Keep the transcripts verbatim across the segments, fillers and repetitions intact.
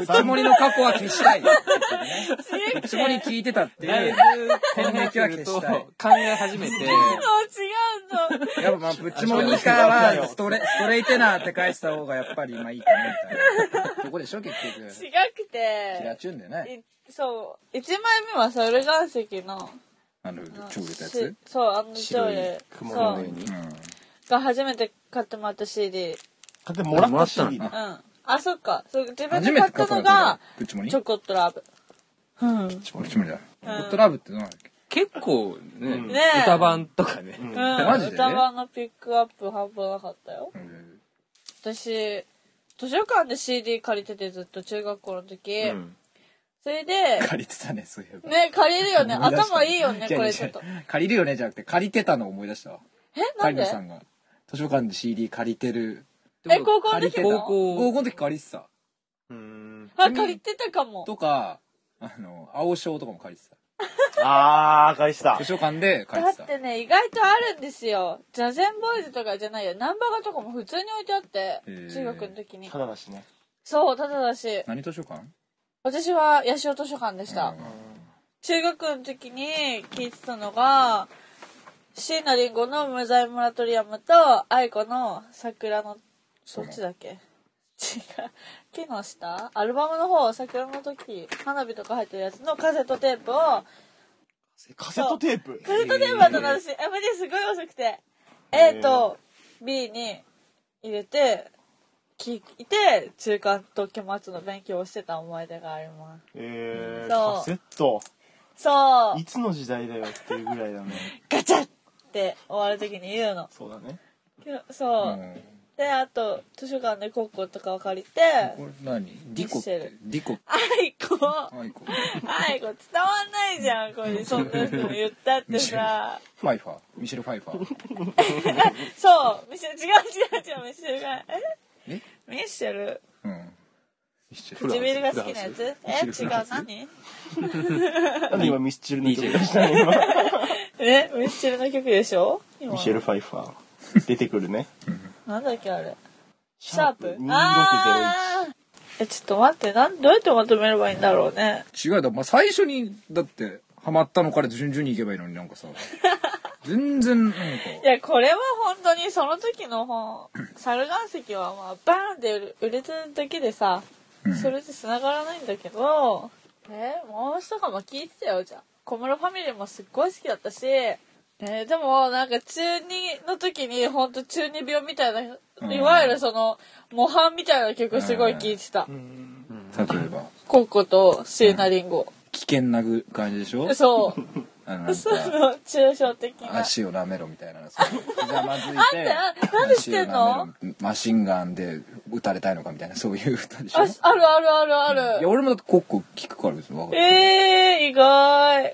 プッチモリの過去は消したい。プッチモリ聞いてたっていう天敵は消したい。 考え始めて。 違うの。 やっぱまあプッチモニカはストレストレイテナーって返した方がやっぱりまあいいかなみたいな。とこでしょ結局。 違くキラて。 チュンだよね。 いそう。いちまいめはソル岩石の。 あの超売れたやつ。 しそう、あの超売れ。 雲そう。 の上に。 が初めて買ってもらった シーディー。 買ってもらった シーディーうん。 だ。 あ、そっか。そう自分初で買っためて買ったののが、 プッチモニ。 チョコットラブ。うん。 プッチモニだ。ホットラブってどうなんだっけ。 結構ね、 んねえ歌版とかね。 うん。 マジで歌版のピックアップ半端なかったよ。私、図書館で シーディー 借りててずっと中学校の時。 うんそれで、 借りてたねそういえば。 ね、借りるよね。 思い出した頭いいよね、 違う違うこれちょっと。 借りるよねじゃなくて借りてたのを思い出したわ。 え、なんでカリナさんが図書館で シーディー 借りてる。 え、高校の借りてた。 時も高校高校の時借りてた。 うーん。 あ、借りてたかも。 とかあの青章とかも借りてた。 あー、返した図。書館で借だりてた。 ってね、意外とあるんですよ。ザゼンボーイズとかじゃないよ。ナンバガとかも普通に置いてあってへ、ー中学の時にた。だだしね。 そう、ただだし、 何図書館？ 私は八潮図書館でした。 うん中学の時に聞いてたのが、椎名林檎の無罪モラトリアムと、愛子の桜の、どっちだっけ違う。木の下アルバムの方、桜の時、花火とか入ってるやつのカセットテープを、 カセットテープ。 カセットテープだったの私、あ、マジですごい遅くて。A と B に入れて、聞いて、中間と期末の勉強をしてた思い出があります。 えー、 そうカセット。 そういつの時代だよっていうぐらいだね。 ガチャって終わる時に言うの。 そうだね。 そう。 うんで、あと、図書館でコッコとかを借りて、 これ何？ディコってディコ。 あいこ、 アイコ。 あいこ伝わんないじゃん、これ。そんな人も言ったってさ。 ファイファー。ミシェル・ファイファー。 そう、ミシェル、違う違う違う、ミシェルが、ええミッシェル、 うん。ミシェル。 唇が好きなやつえ違う、何なんで今ミスチルの曲出したの今。 えミッシェルの曲でしょ今ミシェル・ファイファー。出てくるね。 なんだっけあれ。シャープにーろくゼロいち。 あーえ、ちょっと待って、なんどうやってまとめればいいんだろうね。 違うだ、まあ、最初にだってハマったのから順々に行けばいいのになんかさ全然なんかいや、これは本当にその時の本、猿岩石はまあ、バーンって売れ売れてるだけでさ、それで繋がらないんだけど、えー、もう一かも聞いてたよ、じゃあ。小室ファミリーもすっごい好きだったし、えー、でもなんか中にの時に本当中二病みたいな、 うんいわゆるその、模範みたいな曲すごい聴いてた。 例えばコッコと椎名林檎。 危険なぐ感じでしょそう。 あのなんそかの抽象的な。 足を舐めろみたいなそうひざまずいてあんたなんで知ってんの足を舐めろマシンガンで撃たれたいのかみたいなそういう歌でしょあ、あるあるあるある。 いや俺もだってコッコ聞くから別に分かるえー、意外。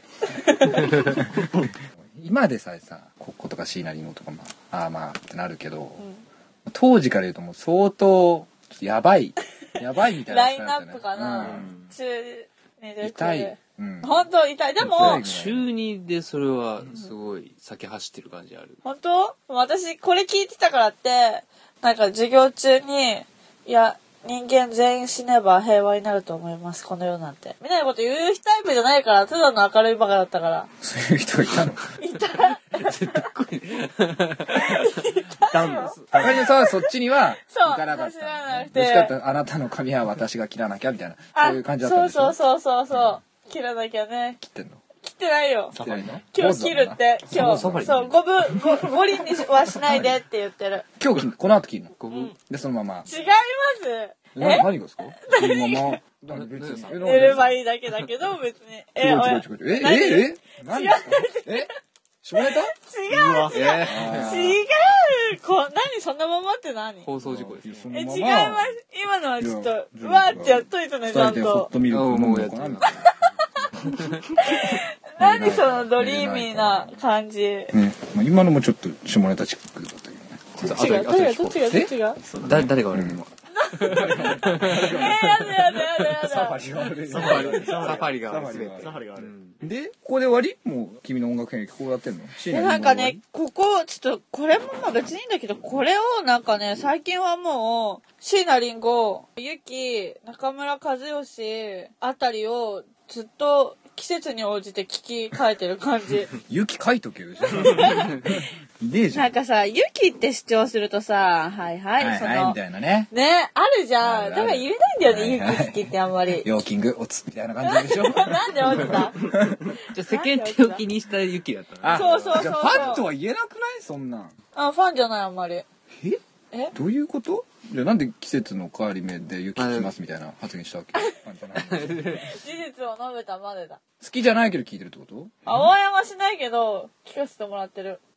今でさえさコッコとか椎名林檎とかまあああまあってなるけど、当時から言うともう相当やばいやばいみたいなラインナップかな。 うん中に出てくる痛い、うん、 本当痛い。でも痛い、 中二でそれはすごい先走ってる感じある。 本当私これ聞いてたからって、なんか授業中に、いや、人間全員死ねば平和になると思います、この世なんて。みたいなこと言うタイプじゃないから、ただの明るいバカだったから。 そういう人がいたのいた。 あかりのさんはそっちにはそう行かなかった走らなくてどっちかっていうとあなたの髪は私が切らなきゃみたいなそういう感じだったんでしょそうそうそうそうそう。切らなきゃね。 切ってんの切ってないよ。 切ってないの今日切るって、今日。 サファリそう、五分、五五輪にはしないでって言ってる。 今日切んこの後切るのここでそのまま違いますな何がですかそのままなんで別にえ寝ればいいだけだけど、別に。 違う違う違うえええ何ですかえ下ネタ違ううわ違うえ違うこ何そんなままって何放送事故ですね。 え、違います。今のはちょっと、 いやうわーってやっといたね、ちゃんと二人でホッ。トミルク飲むのかなみたい何そのドリーミーな感じ。違う、 なねまあ今のもちょっと下ネタチックだったけどねどっちが、どっちが、どっちが、どっちがだ誰が悪いの？ えー、やだやだやだやだ。 サファリが悪い。 サファリ、サファリがサファリ全て。 サファリがある。 で、ここで終わりもう、君の音楽編こうやってんので、なんかね、ここ、ちょっと、これもまあ別にいいんだけど、これをなんかね、最近はもう、椎名林檎、ゆき、中村和義あたりをずっと季節に応じて聞き換えてる感じ。 雪書いとけよ。いねえじゃん。 なんかさ、ゆきって主張するとさ、はいはい、 はいはい、 そのみ、たいなね。 ね、あるじゃん。 あるあるだから言えないんだよね、ゆはいはいき好きってあんまり。 ヨーキング、オツみたいな感じでしょ。 なんで落ちたじゃあ世間体を気にした雪だったの。 あそうそうそうそうじゃあファンとは言えなくないそんなん。 あ、ファンじゃない、あんまり。 ええどういうことじゃあなんで季節の変わり目で雪来ますみたいな発言したわけファンじゃないの事実を述べたまでだ。 好きじゃないけど聞いてるってことあわやはしないけど、聞かせてもらってる。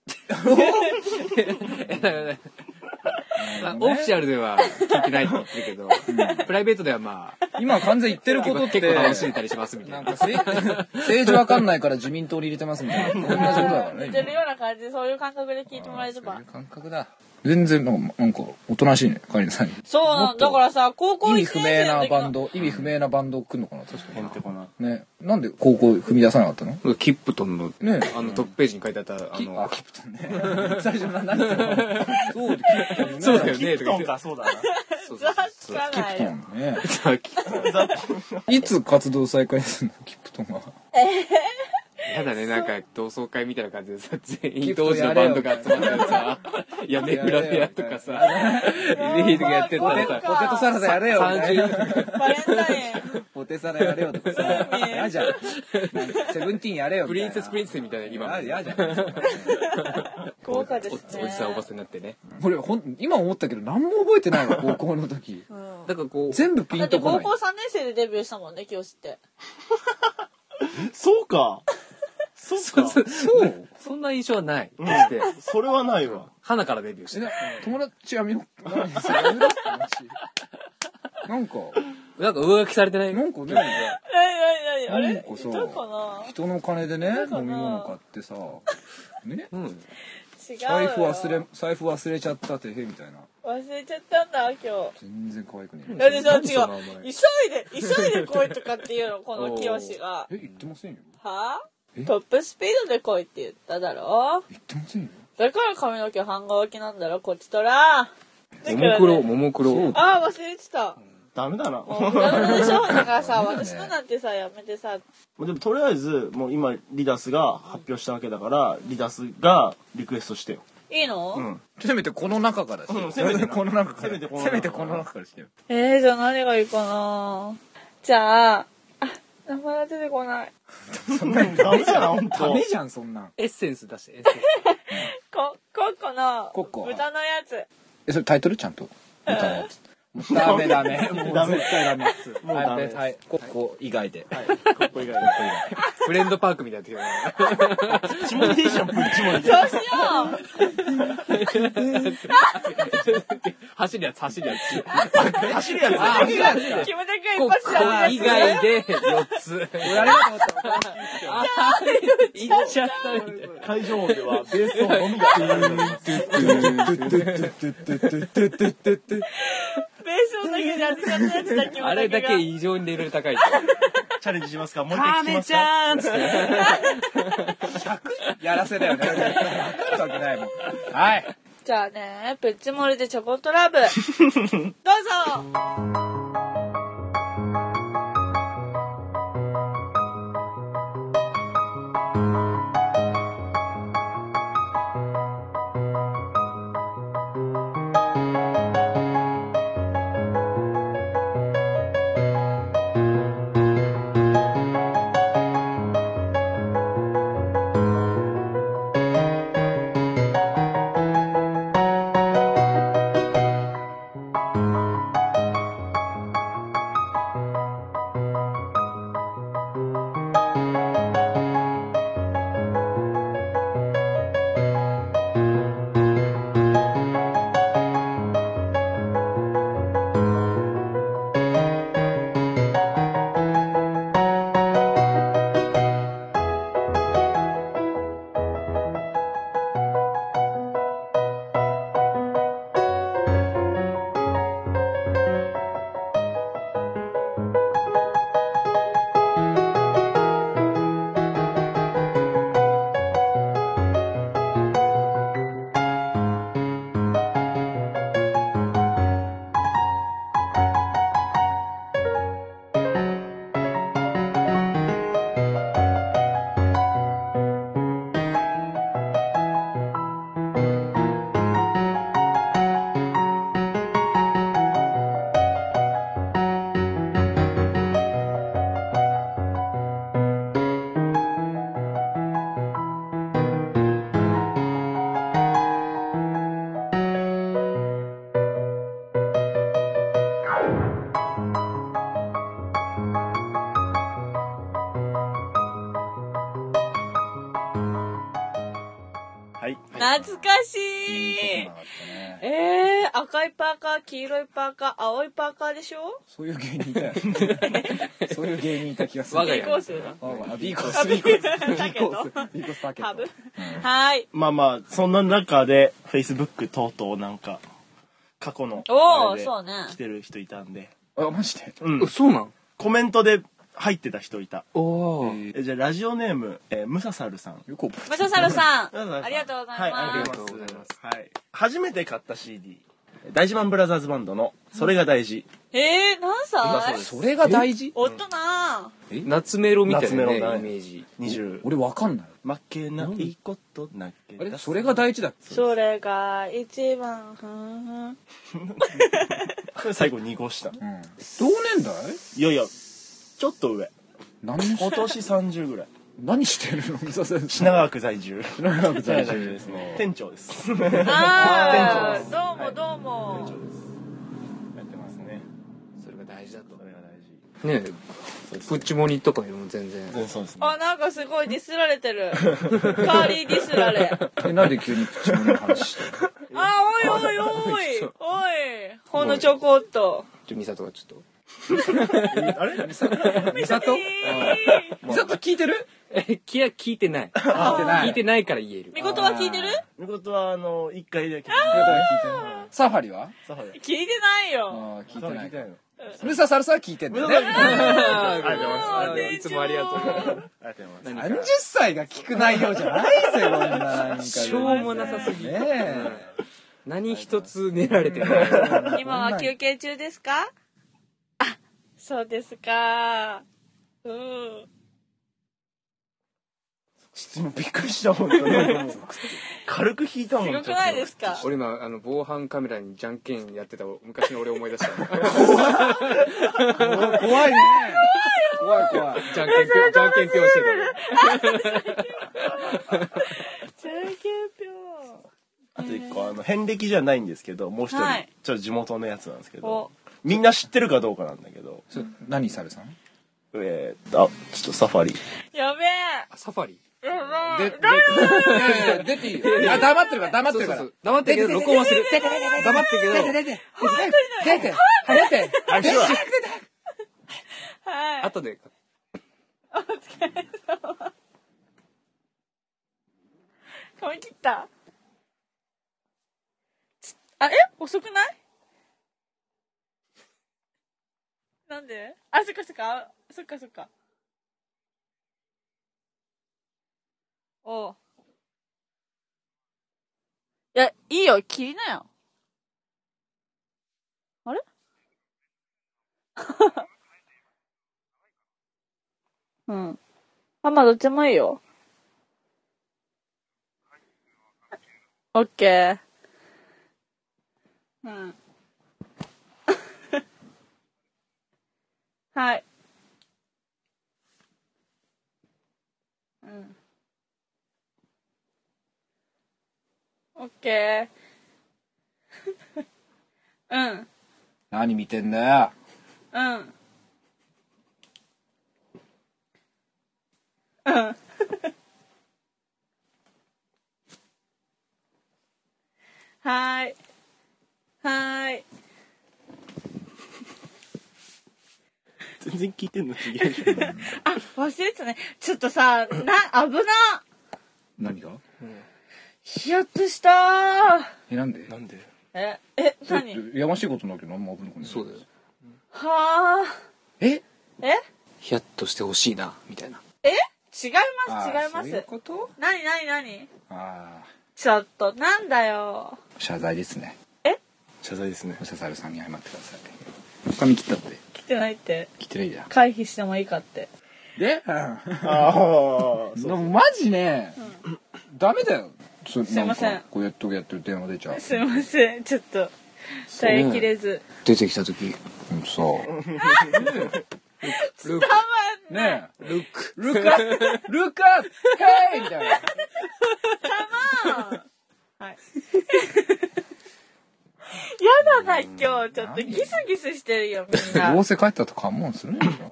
まあオフィシャルでは聞いてないって言ってるけど、プライベートではまあ、 今完全言ってることって結構楽しんでたりしますみたな。 ないんかせ政治わかんないから自民党に入れてますみたいな同じことだからね似てるような感じで、そういう感覚で聞いてもらえればそういう。感覚だ全然なんかなんかおとなしいねカリナさんにそうなの。 もっとだからさ、高校意いち年味不明な生の時の。 バンド意味不明なバンド来んのかな確かへんてこな。 にねなんで高校踏み出さなかったのキップトンの、 ねあのトップページに書いてあった、あきあの、 キプトンね最初な何言ったのそうでキプトンねそうだよね、とか言って。 トンか、そうだな。 そうザそうつかないよ。 キプトンねそうキップいつ活動再開するのキプトンはやだね、なんか同窓会みたいな感じでさ、全員当時のバンドが集まってさ、いや、ネクラフェアとかさ、リードがやってたらさ、 ポテトサラダやれよさんじゅう、 バレンタイン。 ポテサラやれよとかさ海やじゃんセブンティーンやれよプリンセスプリンセスみたいな今のややじゃん豪華ですね。 おじさんおばさんになってね。 俺ほん今思ったけど何も覚えてないわ高校の時うんだからこう、 全部ピだってンとこない高校さんねん生でデビューしたもんね、清志って。 そうか。そうか。 そうそんな印象はない。 うんして、 それはないわ。 花からデビューして。 えな友達やめよう何それやめろって話なんかなんか上書きされてないなんかねなになになにあれなんかさいたかな人の金でねそうかな飲み物買ってさねうん。 違うよ。 財布忘れ財布忘れちゃったってへみたいな忘れちゃったんだ、今日。 全然可愛くねだってさ、 何その名違う。 前急いで、急いで来いとかっていうの、この清志が。 え言ってませんよはえぁトップスピードで来いって言っただろ言ってませんよだから髪の毛半乾きなんだろ、こっちとら。 ももクロ、 ねももクロ。 ああ、忘れてた。 ダメだな。 もうダメでしょだからさ、私のなんてさ、やめてさ、 でもとりあえず、もう今、リダスが発表したわけだから、リダスがリクエストしてよ。 いいの、 うん。 せめてこの中からしてようんせめてなこの中からせめてこの中せめてこの中からしてよえー、じゃあ何がいいかなじゃあ、あ、名前が出てこない。 そんなにダメじゃん、ほんとダメ。じゃんそんなんエッセンス出して、エッセンこ、コッコの、 コッコ豚のやつ。 えそれタイトルちゃんと歌のやつダメダメもうダメ絶対ダメもうダメはいはいここ以外ではい、かっこいいがいい。 ス。フレンドパークみたいな時だね。 チモリでいいじゃん、プッチモリで。 そうしよ走るやつ、走るやつ。 走るやつ。 あ走るやつうキムタクこ一発で当てたやつ以外でよっつ。 俺あれだと思ったあ行っちゃったみたいな。 会場音ではベース音のみが。 ベース音だけで当てちゃったやつだ、キムタクが。 あれだけ異常にレベル高い。 チャレンジしますかもう一回聞きますかーんっつって。 やらせだよねわかるわけないもんはいじゃあね、プッチモリでチョコトラブ。どうぞ懐かしいいい。 とこなかったね。 えー、赤いパーカー、黄色いパーカー、青いパーカーでしょ？ そういう芸人いたよ。そういう芸人いた気がする。 我が家 B コースあ B コース B コース B コース B コースターケッハブト。 はい。 まあまあ、そんな中で、Facebook 等々なんか、過去の、 おー、 あれでそうね。 来てる人いたんで、 あ、マジで。 うん。 そうなん？ コメントで入ってた人いた。 おー。 えじゃあ、ラジオネーム、えームササルさん。 よく覚えてムササルさん、 ムササルさんありがとうございます。 はい、ありがとうありがとうございまございますす。 はい。初めて買った シーディー。大事マンブラザーズバンドの、それが大事。 えー、何歳？ それが大事。 大人。 夏メロみたいなね、イ夏メロだメージ。 にじゅう。 俺わかんない。 負けないことなけあれそれが大事だっけ？ それが一番、ふんふん。 これ最後濁した。 うん。同年代？ いやいや、ちょっと上。 何し今年さんじゅうぐらい。 何してるの？ムササル。 品川区在住。 品川区在住品川区ですね。店長です。 あー、 店長ですどうもどうも。 店長です。やってますね。 それが大事だと。 それが大事。 ねえ、プッチモニとかよりも全然。 うん、そうですね。 あ、なんかすごいディスられてる。カーリーディスられ。 え、なんで急にプチモニの話してるの？ あ、おいおいおい。おい。ほんのちょこっと。 ちょ、ミサトがちょっと。 あれミサト？ミサト聞いてる？ え、聞や、聞いてない。 聞いてない。 聞いてないから言える。 見事は聞いてる？ 見事は、あの、一回だけ。 サファリは？ サファリ。 聞いてないよ。 ああ、聞いてない聞いて。ないの。 ムササルさんは聞いてんだよね。 ありがとうございます。 あーいつもありがとう。 ありがとうございます。 さんじゅっさいが聞く内容じゃないぜ、こんななんか。 しょうもなさすぎねえ。 何一つ練られてない。 今は休憩中ですか？あ、そうですか。うん。 ちょっとびっくりしたもん。軽く引いたもん。 すごくないですか？ 俺今、あの、防犯カメラにじゃんけんやってた昔の俺思い出した。 怖いね。怖い怖い。 じゃんけんぴょん、じゃんけんぴょんしてた俺。 じゃんけんぴょん。 あと一個、あの、遍歴じゃないんですけど、もう一人、 はいちょっと地元のやつなんですけどお、 みんな知ってるかどうかなんだけど、 そ何サルさん？ えー、あ、ちょっとサファリ。 やべえ。 あサファリやばい。 で、で、出ていいよ。あ、黙ってるから、黙ってるから。 そうそうそう黙ってるけど録音はする。黙ってるけど、 出て、出て、出て、出て、出て、 早くしろはい。 後で。 お疲れ様。髪切ったつあ、え遅くないなんであ、そっかそっか。あそっかそっか。おう。いや、いいよ。切りなよ。あれうん。あ、まあ、どっちもいいよ。オッケー。うん。はい。うん。オッケー。うん。 何見てんだよ。 うん。うん。はーい。はーい。 全然聞いてんの違うじゃん。 あ、忘れてたね。ちょっとさ、な、危な。 何が？ ヒヤッとしたー。 え、なんで？ なんでえ、え、何やましいことなきゃ何も危なくない。 そうだよ。 はー。 え？ えヒヤッとしてほしいな、みたいな。 え違います、違いまそういうす。 こと？ なになになにああ、 ちょっと、なんだよ。 謝罪ですね。 謝罪ですね。 ムササルさんに謝ってください。髪切ったって。 来てないって。 切ってないじゃん。 回避してもいいかって。 で？ ああ、そうでもマジね、ダメだよ。すすいませんなんかこうやっとくやってる電話出ちゃう。 すいません、ちょっと、耐えきれず。 出てきた時、 ほんとさ。 伝わんない。 ねえ。ルック。ルックアップルックアップヘイみたいな。 はい。やだな、今日。ちょっとギスギスしてるよ、みんな。 どうせ帰ったとカモンするんでしょ。 お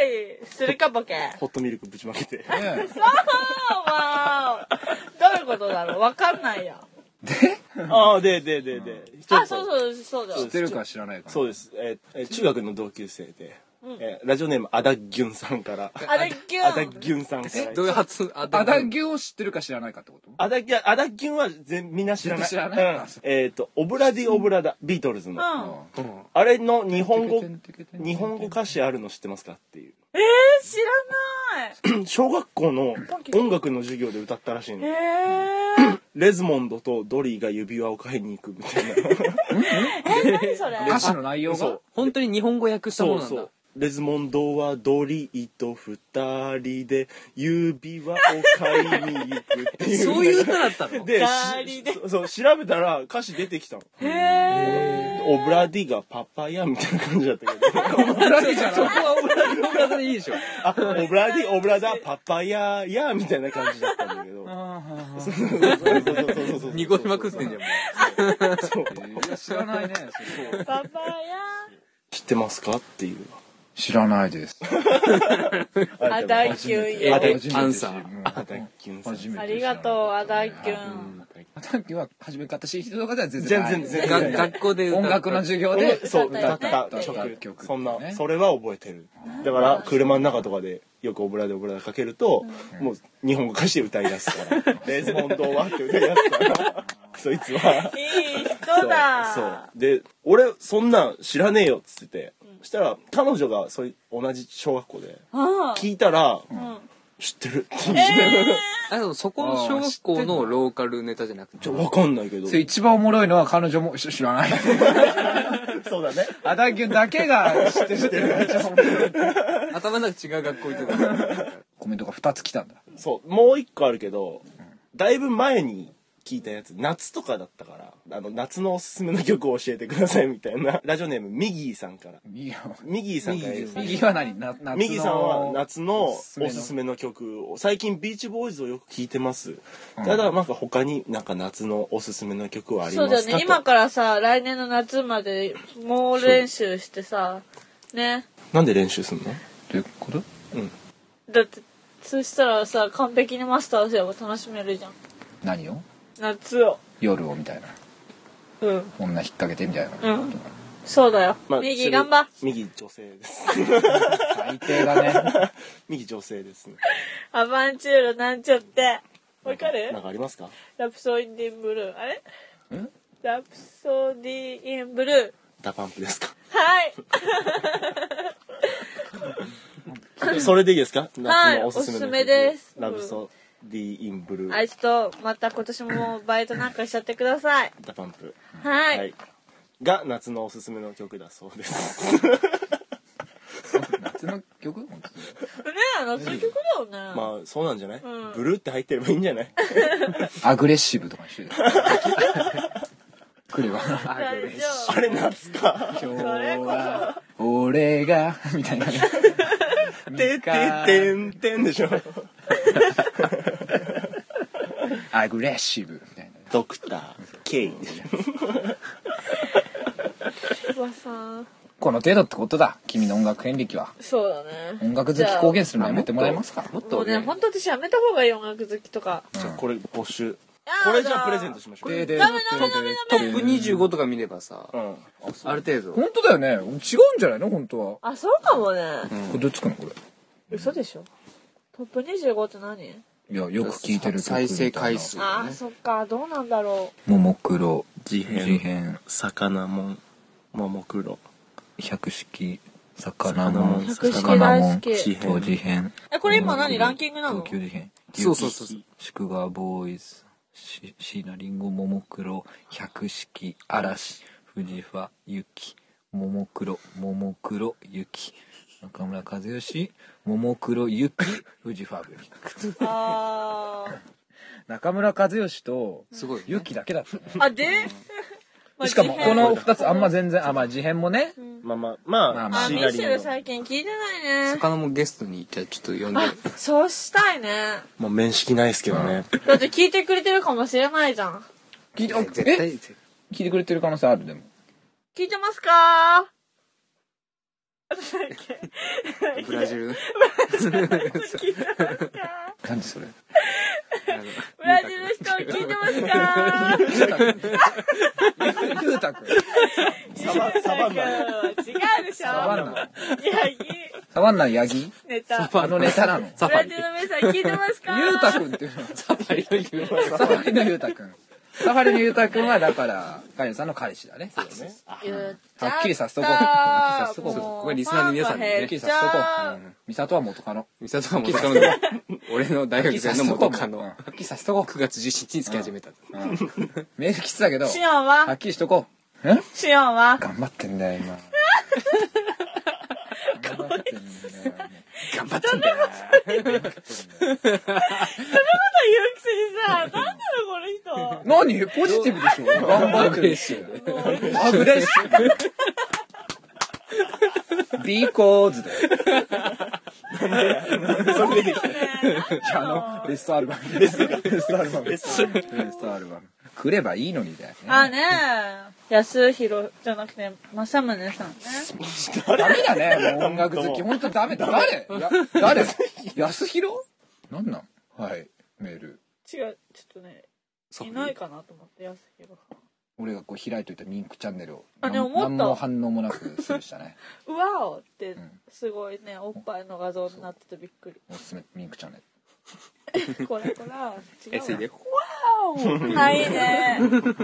いするかボケ。 ホットミルクぶちまけて。 ねそうわーどういうことだろうわかんないや。 ああ、で、で、で、で。ちょっとあ、そうそうそうだ。 知ってるか知らないか。 そうです。えーえー中学の同級生で、えーラジオネームアダギュンさんから。 あれギュンアダギュンさんから。 どういう発音？あアダギュを知ってるか知らないかってこと？ アダギュン、アダギュンは全みんな知らない。 知らないうんえっと、オブラディオブラダ、ビートルズの。 うん。 あれの日本語、日本語歌詞あるの知ってますかっていう。 えー、知らない。 小学校の音楽の授業で歌ったらしいの。 えー。 レズモンドとドリーが指輪を買いに行くみたいな。 え、何それ歌詞の内容がそう。 本当に日本語訳したものなんだそうそう。レズモンドはドリーと二人で指輪を買いに行くっていう。 そういう歌だったの？ で、 二人でしそう、調べたら歌詞出てきたの。 へオブラディがパパヤみたいな感じだったけど。 オブラディじゃない。 そこはオブラディオブラディでいいでしょ。 あ、オブラディ、オブラダ、パパヤやみたいな感じだったんだけど。そうそうそうそうそう濁りまくってんじゃんもう。 そう知らないね。 ー。パパヤ知ってますかっていう。 知らないです。 アダギュンよ。 アダ初めて知るアンサーうんアダギュンさん。 初めて知るありがとう、アダギュン。 アダギュは初めから知る人とかでは全然ない。 全然全然が学校で歌った音楽の授業でそう、 歌っ歌ったたね曲。そんな、それは覚えてる。だから、車の中とかでよくオブラでオブラかけると、もう日本語歌詞で歌い出すから。レズモンドはって歌い出すから。そいつは。 いい人だ。 そう。で、俺、そんなん知らねえよっつってて。そしたら、彼女がそういう同じ小学校で、 あ聞いたら、 ん知ってるっていう。 あでもそこの小学校のローカルネタじゃなくてちょ、わかんないけど。 それ一番おもろいのは彼女も知らない。 そうだね。 アダギュだけが知ってるっていうのが一番おもろい。 頭の中違う学校行ってた。 コメントがふたつ来たんだ。 そう、もう一個あるけど、だいぶ前に聞いたやつ、夏とかだったから、あの、夏のおすすめの曲を教えてくださいみたいな、ラジオネーム、ミギーさんから。 右はミギーさんからですね。 右は何な夏のミギーさんは夏のおすのすめの曲を、最近ビーチボーイズをよく聞いてます。ただ、なんか他になんか夏のおすすめの曲はありますかと。 そうだよね。今からさ、来年の夏までもう練習してさ、ね。 なんで練習すんの？ どういうことうん。 だって、そしたらさ、完璧にマスターすれば楽しめるじゃん。 何を夏を。 夜をみたいな。 うん。 女引っ掛けてみたいな。 うん。そうだよ。 まあ右頑張。 右女性です。 最低だね。 右女性ですね。 アバンチュールなんちゃって。わかるなんかありますか？ ラプソディインブルー。あれんラプソディインブルー。 ダパンプですか？ はい。 それでいいですか？ はい夏のおすすめの曲おすすめですラブソディインブルー。 あいつとまた今年もバイトなんかしちゃってください。 ダパンプ。 はい。 はい。が夏のおすすめの曲だそうです。 夏の曲本当にねえ、夏の曲だよね。 まあそうなんじゃない？ うんブルーって入ってればいいんじゃない？ アグレッシブとかにしてる。来るわ。 大丈あれ夏か。 今日それこそは俺がみたいなね。 てっててんてんでしょ。 アグレッシブみたいな。 ドクター K でしょ。 夫。おばさん。 この程度ってことだ。君の音楽遍歴は。 そうだね。 音楽好き公言するのやめてもらえますか？ もっとねもうね、本当私やめた方がいい音楽好きとか。 じゃあこれ募集。 やだこれじゃあプレゼントしましょう。 ででダメダメダメトップにじゅうごとか見ればさ、 うん。 ある程度。 本当だよね。違うんじゃないの本当は。 あ、そうかもね。 これどっちかなこれ。 嘘でしょ。トップにじゅうごって何？ いやよく聞いてる曲みたいな。 再生回数あー、そっか。どうなんだろももクロ、 事変事変、 魚もん、ももクロ、 百式、魚もん、 百式魚もん、 大好き事変と事変。 う。え、これ今何ランキングなの？ 東京事変。 そうそうそうそう祝賀ボーイズ、し椎名林檎、ももクロ、百式、嵐、フジファ、ユキ、ももクロ、ももクロ、ユキ。中村和義、ももクロ、ユキ、フジファブリック。 あー。 中村和義とすごい。 ユキだけだったね。 あ、でまあしかも事変この二つあんま全然、あ、まあ事変もね。 まあまあ、まあ、 まあまああ、ミシェシーナリンのル最近聞いてないね。 魚もゲストにじゃあちょっと呼んで。 あ、そうしたいね。 もう面識ないですけどね。 だって聞いてくれてるかもしれないじゃん。 聞いて、あ絶対え聞いてくれてる可能性あるでも。 聞いてますかブラジルの聞いてますか？ 何それ。 ブラジルの人聞いてますか？ ゆうたくん。 サバサバンナ違うでしょ。 サバンナ。 ヤギサバンナヤギ？ ネタ。 あのネタなの。 ブラジルの皆さん聞いてますか？ ゆうたくんっていうの。 サファリのゆうたサファリのゆうたくん。サファリのゆうたくんはだからカレンさんの彼氏だね。 そうだね。 言っちゃった。 はっきりさせとこうはっきりさせとこうもここがリスナーの皆さんにねはっきりさせとこう。美里は元カノ。 美里は元カノで俺の大学生の元カノ。 はっきりさせとこくがつじゅうしちにちに付き始めた。 う。メール来てたけど、 シオンはっはきりしとこう。え？ シオンは頑張ってんだよ今。頑張ってんだよ。 頑張ってんだよ。 そんなこと言うくせにさ、なんなのこの人。 何？ポジティブでしょ。頑張ってる。アグレッシブ。ビーコーズで。 それできた。 あのベストアルバム。ベストアルバム。ベストアルバム。来ればいいのにだよね。 あねえ、安弘じゃなくて正宗さんね。 ダメだね。もう音楽好き本当ダメ。誰？や誰？安弘？なんなん？はい。メール。 違う、ちょっとね、いないかなと思って安弘さん。 俺がこう開いといたミンクチャンネルをあね思った何の反応もなくスルーしたね。 うわおってすごいね、おっぱいの画像になっててびっくり。 おすすめミンクチャンネル。 これこれ違う。 エスイーで。 わお。はいね。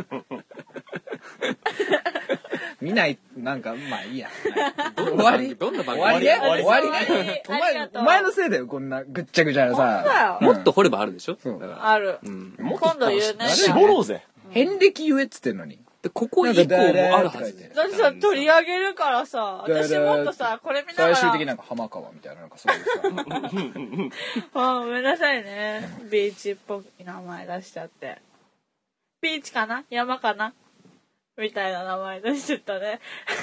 見ないなんかまあいいや。終わり？ どんな番組？ 終わりね。 終わり終わり終わりね。お前ありがとうお前のせいだよこんなぐっちゃぐちゃなさ。 本もっと掘ればあるでしょ。 そうだから。 ある。 うん。 今度言うね。 絞ろうぜ。 遍歴言えっつってんのに。 でここ以降もあるはず。 だってさ、取り上げるからさ、私もっとさ、これ見ながら。 最終的になんか浜川みたいななんかそういうさ。 あ、ごめんなさいね。ビーチっぽい名前出しちゃって。ビーチかな？山かな？みたいな名前出しちゃったね。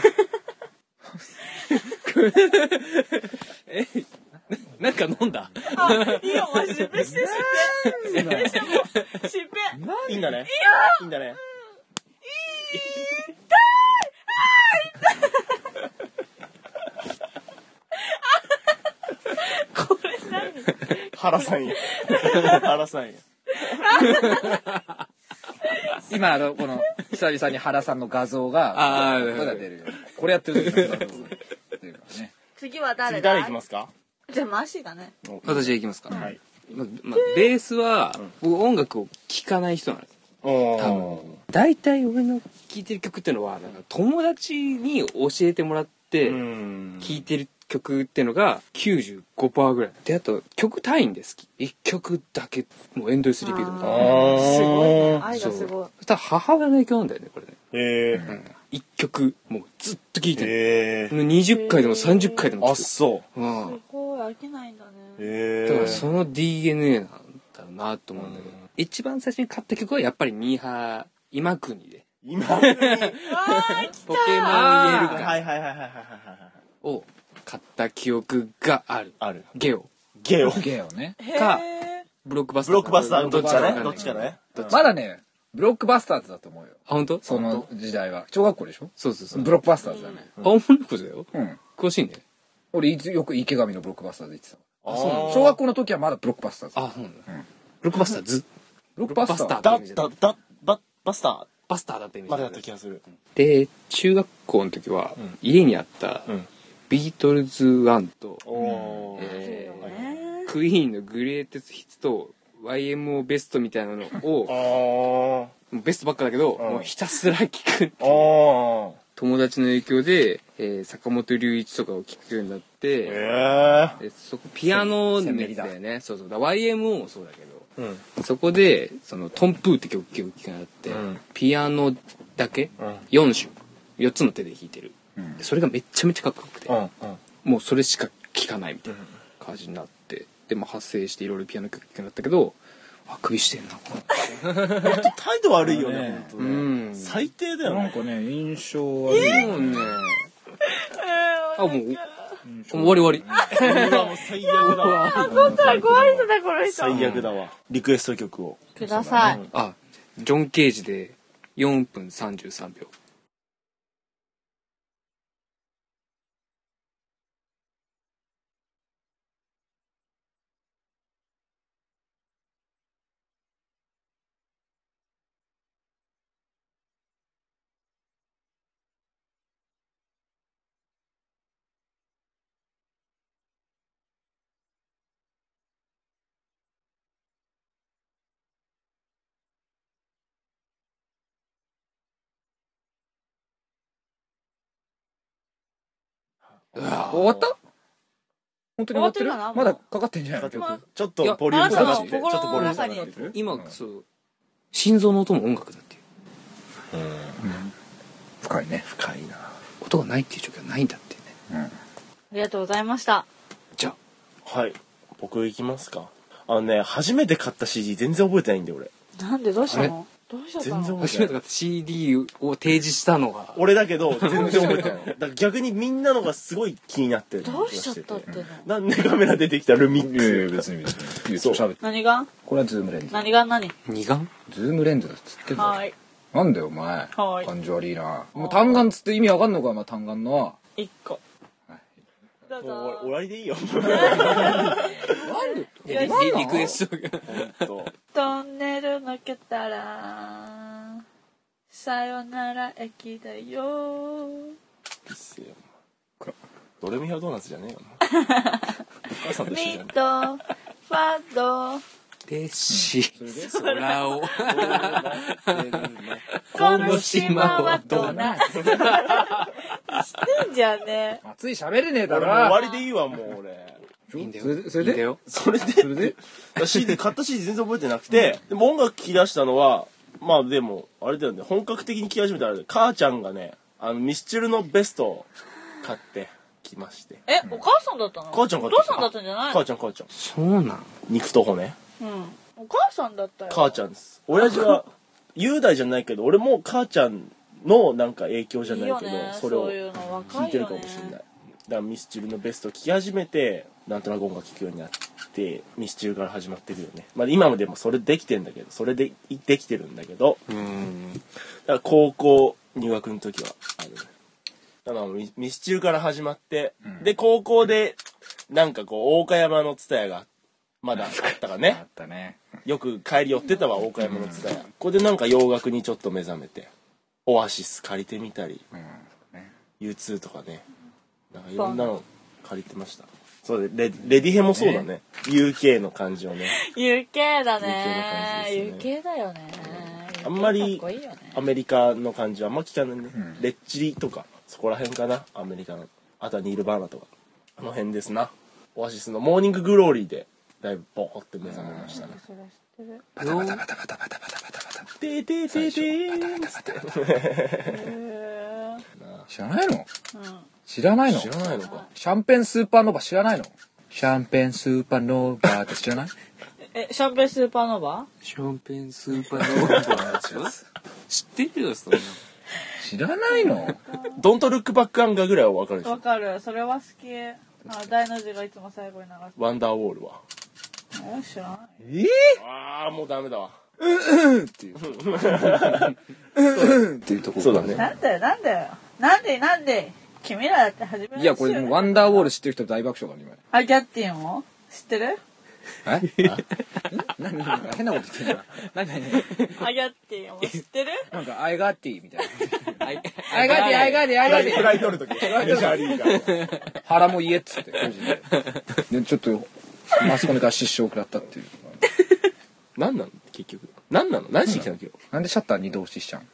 え、なんか飲んだ？ あ、いいよ、もう失敗して、失敗。失敗して、もう、失敗。 いいんだね。いいんだね。 これ何？ 原さんや。原さんや。 今あのこの久々に原さんの画像があーまだ出るよ。これやってる時の画像が出るからね。 次は誰だ？ 次誰行きますか？ じゃあマーシーだね。 私でいきますか。 はい。 ままベースは僕音楽を聴かない人なんです。 お多分大体俺の聴いてる曲っていうのはなんか友達に教えてもらってうん。 聴いてる曲っていうのが きゅうじゅうごパーセント ぐらいで、あと曲単位で好きいっきょくだけもうエンドレスリピートみたいな。 すごいね。愛がすごい。 そしたら母親の影響なんだよねこれね。 へえ。 うんいっきょくもうずっと聴いてる。 へえ。 にじゅっかいでもさんじゅっかいでも聴あ、 く。 そう。 うんすごい、飽きないんだね。 へえ。 だからその ディーエヌエー なんだろうなと思うんだけど、一番最初に買った曲はやっぱりミーハー今国で今。 あー、来ポケモン言えるかはいはいはいはいはいはい。 を買った記憶がある。 ある。 ゲオゲオ。 ゲオね。 た。 かへー。 ブロックバスターブロックバスターどっちかね。 わかんないどっちかね。 まだねブロックバスターズだと思うよ。 あ本当？ その時代は小学校でしょ。 そうそうそう。 ブロックバスターズだね。 あ女の子だよ。 うん。 詳しいね。 俺いつよく池上のブロックバスターズ行ってた。 あ、そうなの。 小学校の時はまだブロックバスターズ。 あそうなんだ。ブロックバスターズ。 ブロックバスターズ。 だ、だ、だ、バ、バスターバスターだった意味までだった気がする。 で中学校の時はん家にあったうん。 ビートルズワンとおー。 えーねクイーンのグレーテスヒッツと ワイエムオー ベストみたいなのをあベストばっかだけど、 うんもうひたすら聴く。 ー。あー。 友達の影響で、えー坂本龍一とかを聴くようになって、 えでそこピアノセンメリだ熱だよね。そうそうだ ワイエムオー もそうだけど、 え。うん。 そこでそのトンプーって曲を聴くようになって、 うんピアノだけうん。 よん種よっつの手で弾いてる。 うんでそれがめっちゃめちゃかっこよくて、 うん。うん。 もうそれしか聴かないみたいな感じになって、でも派生していろいろピアノ曲聴くようになったけど、あくびしてんな。 態度悪いよね、ほんとうね。 ん。 最低だよね。 なんかね印象悪い。 もうね、 えー、 あもうもう終わり終わり。 うわ、もう最悪だわ。 本当は怖い人だ、この人。 最悪だわ。リクエスト曲を。 ください。 あ、ジョン・ケージでよんぷんさんじゅうさんびょう。 うわ終わった？本当に終わってる？ 終わってるかなまだかかってんじゃないの曲。 ちょっとボリューム下がってちょっいやとボリューム下がってる。 今、そう心臓の音も音楽だっていう深いね。 深いな。 音がないっていう状況はないんだっていうね。 うん。 ありがとうございました。 じゃあはい。僕行きますか。あのね、初めて買った シーディー 全然覚えてないんで俺。 なんでどうしたの？どうしちゃったの？ 全然覚えてない。 初めて買った シーディー を提示したのが俺だけど全然覚えてないの。だから逆にみんなのがすごい気になってる気どうしちゃがしってたっての？ なんでカメラ出てきたルミックいやいやス。 別に別に。いいよそう喋って。 何が？ これはズームレンズ。 何が何？ 二眼ズームレンズだっつってんだろ。 はい。 なんだよお前。 はい感じ悪いな。もう単眼つって意味わかんのかお前単眼の。 一個。どうもうぞ。 終わりでいいよ。 いやリリクエストがほんとトンネル抜けたらさよなら駅だよ。 いいっすよ。 これドレミファドーナツじゃねえよ。お母さんと一緒じゃん。 ミとファドでし空をこの島はどうなしてんじゃんね。 熱い喋れねえだろ。 俺もう終わりでいいわもう俺。 いいんだよそれでそれでいいんだよそれでそれでシーディー 買った シーディー 全然覚えてなくて、でも音楽聴き出したのはまあでもあれだよね、本格的に聴き始めたら母ちゃんがね、あのミスチルのベストを買ってきまして。 え、お母さんだったの？ 母ちゃん買ってきた。 お父さんだったんじゃないの？ 母ちゃん母ちゃん。 そうなん肉と骨。 うん。お母さんだったよ。 母ちゃんです。親父は雄大じゃないけど、俺も母ちゃんのなんか影響じゃないけど、 いいよね、 それをそういうの若いよね聞いてるかもしれない。だからミスチルのベストを聴き始めて、なんとなく音楽聴くようになってミスチルから始まってるよね。まあ今もでもそれできてんだけど、それでできてるんだけど、 うんだから高校入学の時はあるね。だからミミスチルから始まって、 うんで高校でなんかこう大岡山の蔦屋がまだあったかねあったね。 よく帰り寄ってたわ大岡山の蔦屋。ここでなんか洋楽にちょっと目覚めて、オアシス借りてみたり、 うん。ね。 ユーツー とかね、なんかいろんなの借りてました。そうで レ, レディヘもそうだね。ユーケー の感じをね。 ユーケー だね。 ユーケー の感じですねユーケー だよね。 あんまりかっこいいよね。 アメリカの感じはあんま聞かないね、 うんレッチリとかそこら辺かな、アメリカの。あとはニール・バーナとかあの辺ですな。オアシスのモーニンググローリーでだいぶボコって目覚めましたね。 それ知ってる。 バタバタバタバタバタバタバタバタ。 てーてーてーてーバタバタバタバタ。 へ知らないの？ ーうん。 知らないの？ 知らないのか。 シャンペンスーパーノヴァ知らないの？シャンペンスーパーノーバーって知らない？ え、シャンペンスーパーノーバシャンペンスーパーノーバー知ってるよそんな知らないの？ ドントルックバックアンガーぐらいは分かるでしょ。 ーわかる。それは好き。あ、大の字がいつも最後に流す。 ワンダーウォールは。 え、知らない。 えーああもうダメだわ。 っていう。っていうところ。 そうだね。 なんだよ、なんだよ。なんで、なんで。君らだって初めいやこれもうワンダーウォール知ってる人大爆笑だね今。 アギャッティンを知ってる？ え？何なんか変なこと言ってんな。何何アギャッティンを知ってる？ なんかアイガーティーみたいな。 アイアイガーティーアイガーティーアイガーティー。 フライ取るときメジャーリーガー。 腹も言えっつって個人で。でちょっとマスコミから失笑を食らったっていう。 何なの結局。何なの？何しに来たの今日。 なんでシャッター二度押ししちゃうの？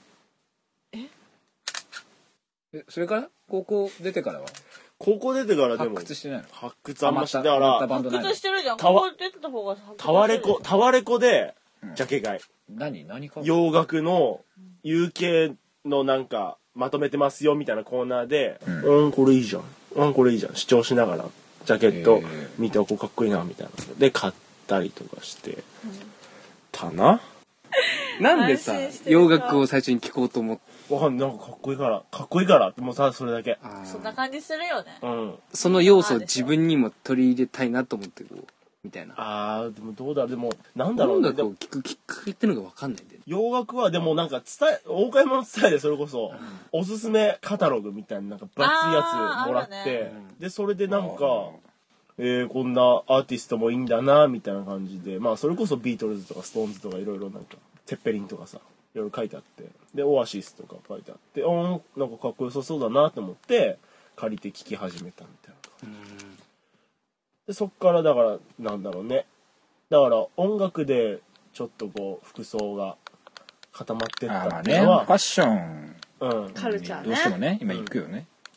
えそれから高校出てからは高校出てからで発も掘してないの？ 発掘あんましハだかマったハマったバらンドないの発掘してるじゃん。 タワここ出てた方が発掘してるタワレコタワレコでうんジャケ買い。 何何か洋楽の ユーケー のなんかまとめてますよみたいなコーナーで、 ううんん、これいいじゃん。うんこれいいじゃん。主張しながらジャケットへー見ておこうかっこいいなみたいなので買ったりとかしてたな。 なんでさ安心してるか洋楽を最初に聴こうと思ってわかんないなんかかっこいいからかっこいいからってもうただそれだけ。 そんな感じするよね。 うん。 その要素を自分にも取り入れたいなと思ってこうみたいなあーでもどうだでもなんだろう音ね。でも楽を聴くきっかけってのが分かんないんだよね洋楽はでもなんか伝え大岡山の伝えでそれこそおすすめカタログみたいななんか分厚いやつもらって、 あーあるねでそれでなんかえー、こんなアーティストもいいんだなみたいな感じで、まあそれこそビートルズとかストーンズとかいろいろなんかテッペリンとかさいろいろ書いてあってでオアシスとか書いてあってうんなんかかっこよさそうだなと思って借りて聴き始めたみたいな感じでそっからだからなんだろうねだから音楽でちょっとこう服装が固まってっあーまあたっていうのはねファッションうんカルチャーね。 どうしてもね今行くよね。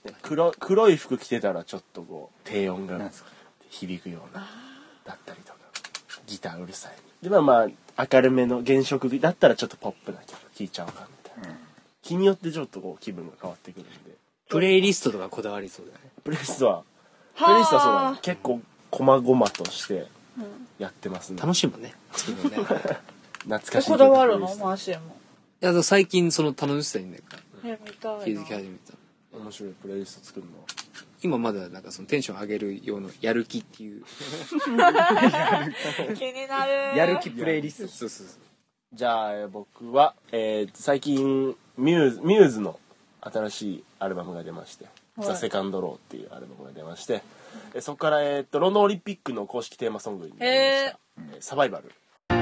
黒黒い服着てたらちょっとこう低音がなんですか響くようなだったりとかギターうるさいでまあまあ明るめの原色だったらちょっとポップな曲聴いちゃおうかみたいな、うん、日によってちょっとこう気分が変わってくるんでプレイリストとかこだわりそうだね。 プレイリストはプレイリストはそうだね結構細々としてやってますね、 楽しいもんね作るのね懐かしいこだわるのマーシーも。 いや最近その楽しさにねえ見たいな気づき始めた。 面白いプレイリスト作るの今まだなんかそのテンション上げる用のやる気っていう気になる。 やる気プレイリスト。 そうそうそう。 じゃあえー僕は、えー最近ミューズミューズの新しいアルバムが出まして「 はいザ・セカンドローっていうアルバムが出ましてえそこから、えー、とロンドンオリンピックの公式テーマソングになりましたへえーサバイバル。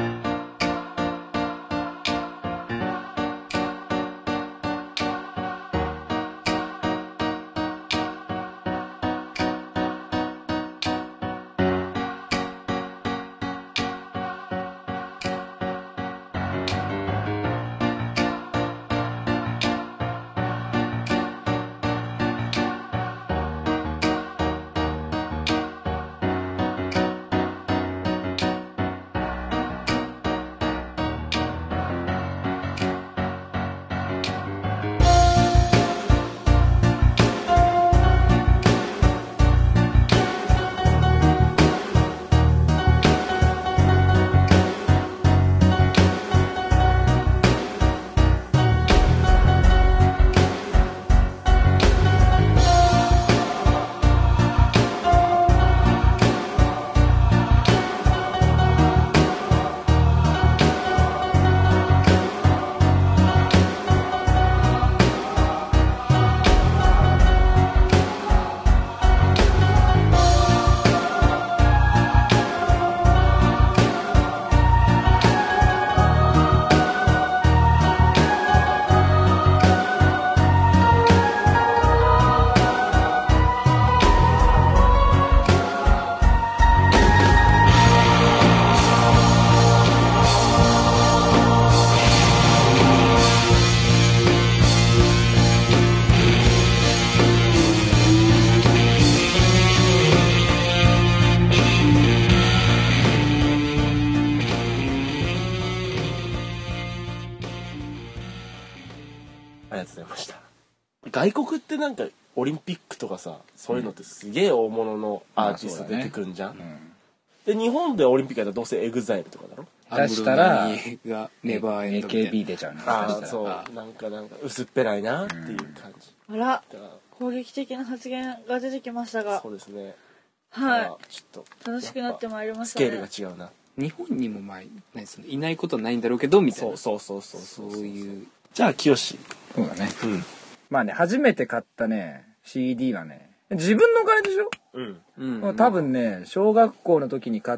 ありがとうございました。外国ってなんかオリンピックとかさそういうのってすげえ大物のアーティスト出てくるんじゃん、で日本でオリンピックやったらどうせエグザイルとかだろ。 出したらがネバーエンドみたいなエーケービー 出ちゃうね。 ああ出したそうらなんかなんか薄っぺらいなっていう感じ、 あらだから攻撃的な発言が出てきましたがそうですね。 はちょっとい楽しくなってまいりましたスケールね。 が違うな。 日本にもまあ何そのいないことはないんだろうけどみたいなそうそうそうそうそうそういうじゃあ清志。 そうだね。 うんまあね、初めて買ったね、シーディー はね、自分のお金でしょ、 うんうん多分ね、小学校の時に買った、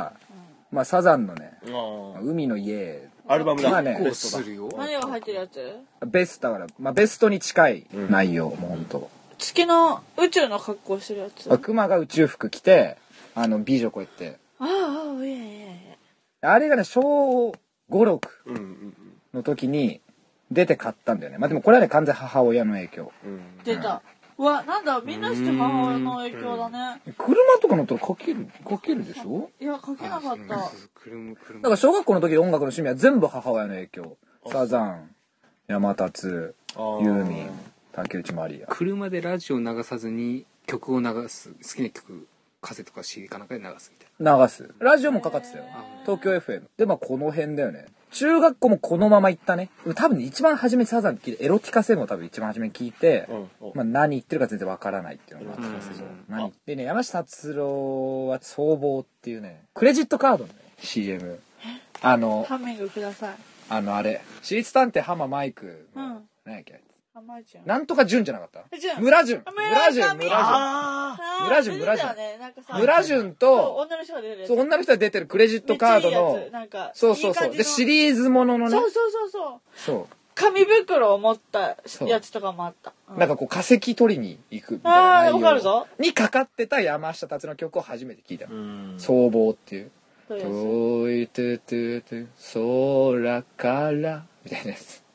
まあサザンのね、 あ海の家、 アルバムだ。 まあねこうするよ何が入ってるやつ？ ベストだから、まあベストに近い内容、もうほんと。 月の宇宙の格好してるやつ。あクマが宇宙服着て、あの、美女こうやって。 ああいやいやいや。 あれがね、小ご、ろくうんうんの時に出て買ったんだよね。まあでもこれはね、完全母親の影響。 うん出た。うわなんだみんなして母親の影響だね。 車とか乗ったらかける、かけるでしょ。 いやかけなかった。 車車だから小学校の時で音楽の趣味は全部母親の影響。サザン、山達、ユーミン、竹内まりや。 車でラジオ流さずに曲を流す好きな曲カセとか シーディー かなんかで流すみたいな流す。ラジオもかかってたよ。東京 エフエム。で、まあこの辺だよね。中学校もこのまま行ったね。多分ね、一番初めサザン聞いて、エロティカセも多分一番初めに聞いて、 うんまあ何言ってるか全然わからないっていうのがあったんですけど。何でね、山下達郎は僧帽っていうね、クレジットカードのね、シーエム。あの、 ハミングください。 あのあれ、私立探偵浜マイクの、 うん何やっけ浜井ちゃん。 なんとか潤じゃなかった潤村潤村村潤上村潤ああー村潤村潤出てたよねなんかさ村潤そうと、 女の人が出てるやつ。 そう、女の人が出てるクレジットカードめっちゃいいのやつ、なんかそうそうそう。で、シリーズもののねそう、そうそうそう。 そ紙袋を持ったそうやつとかもあった。 う。なんかこう化石取りに行くみたいあーな内容わかるぞにかかってた山下達郎の曲を初めて聞いたの。 うん僧帽っていう。 そういうやつ遠いててて空からみたいなやつ。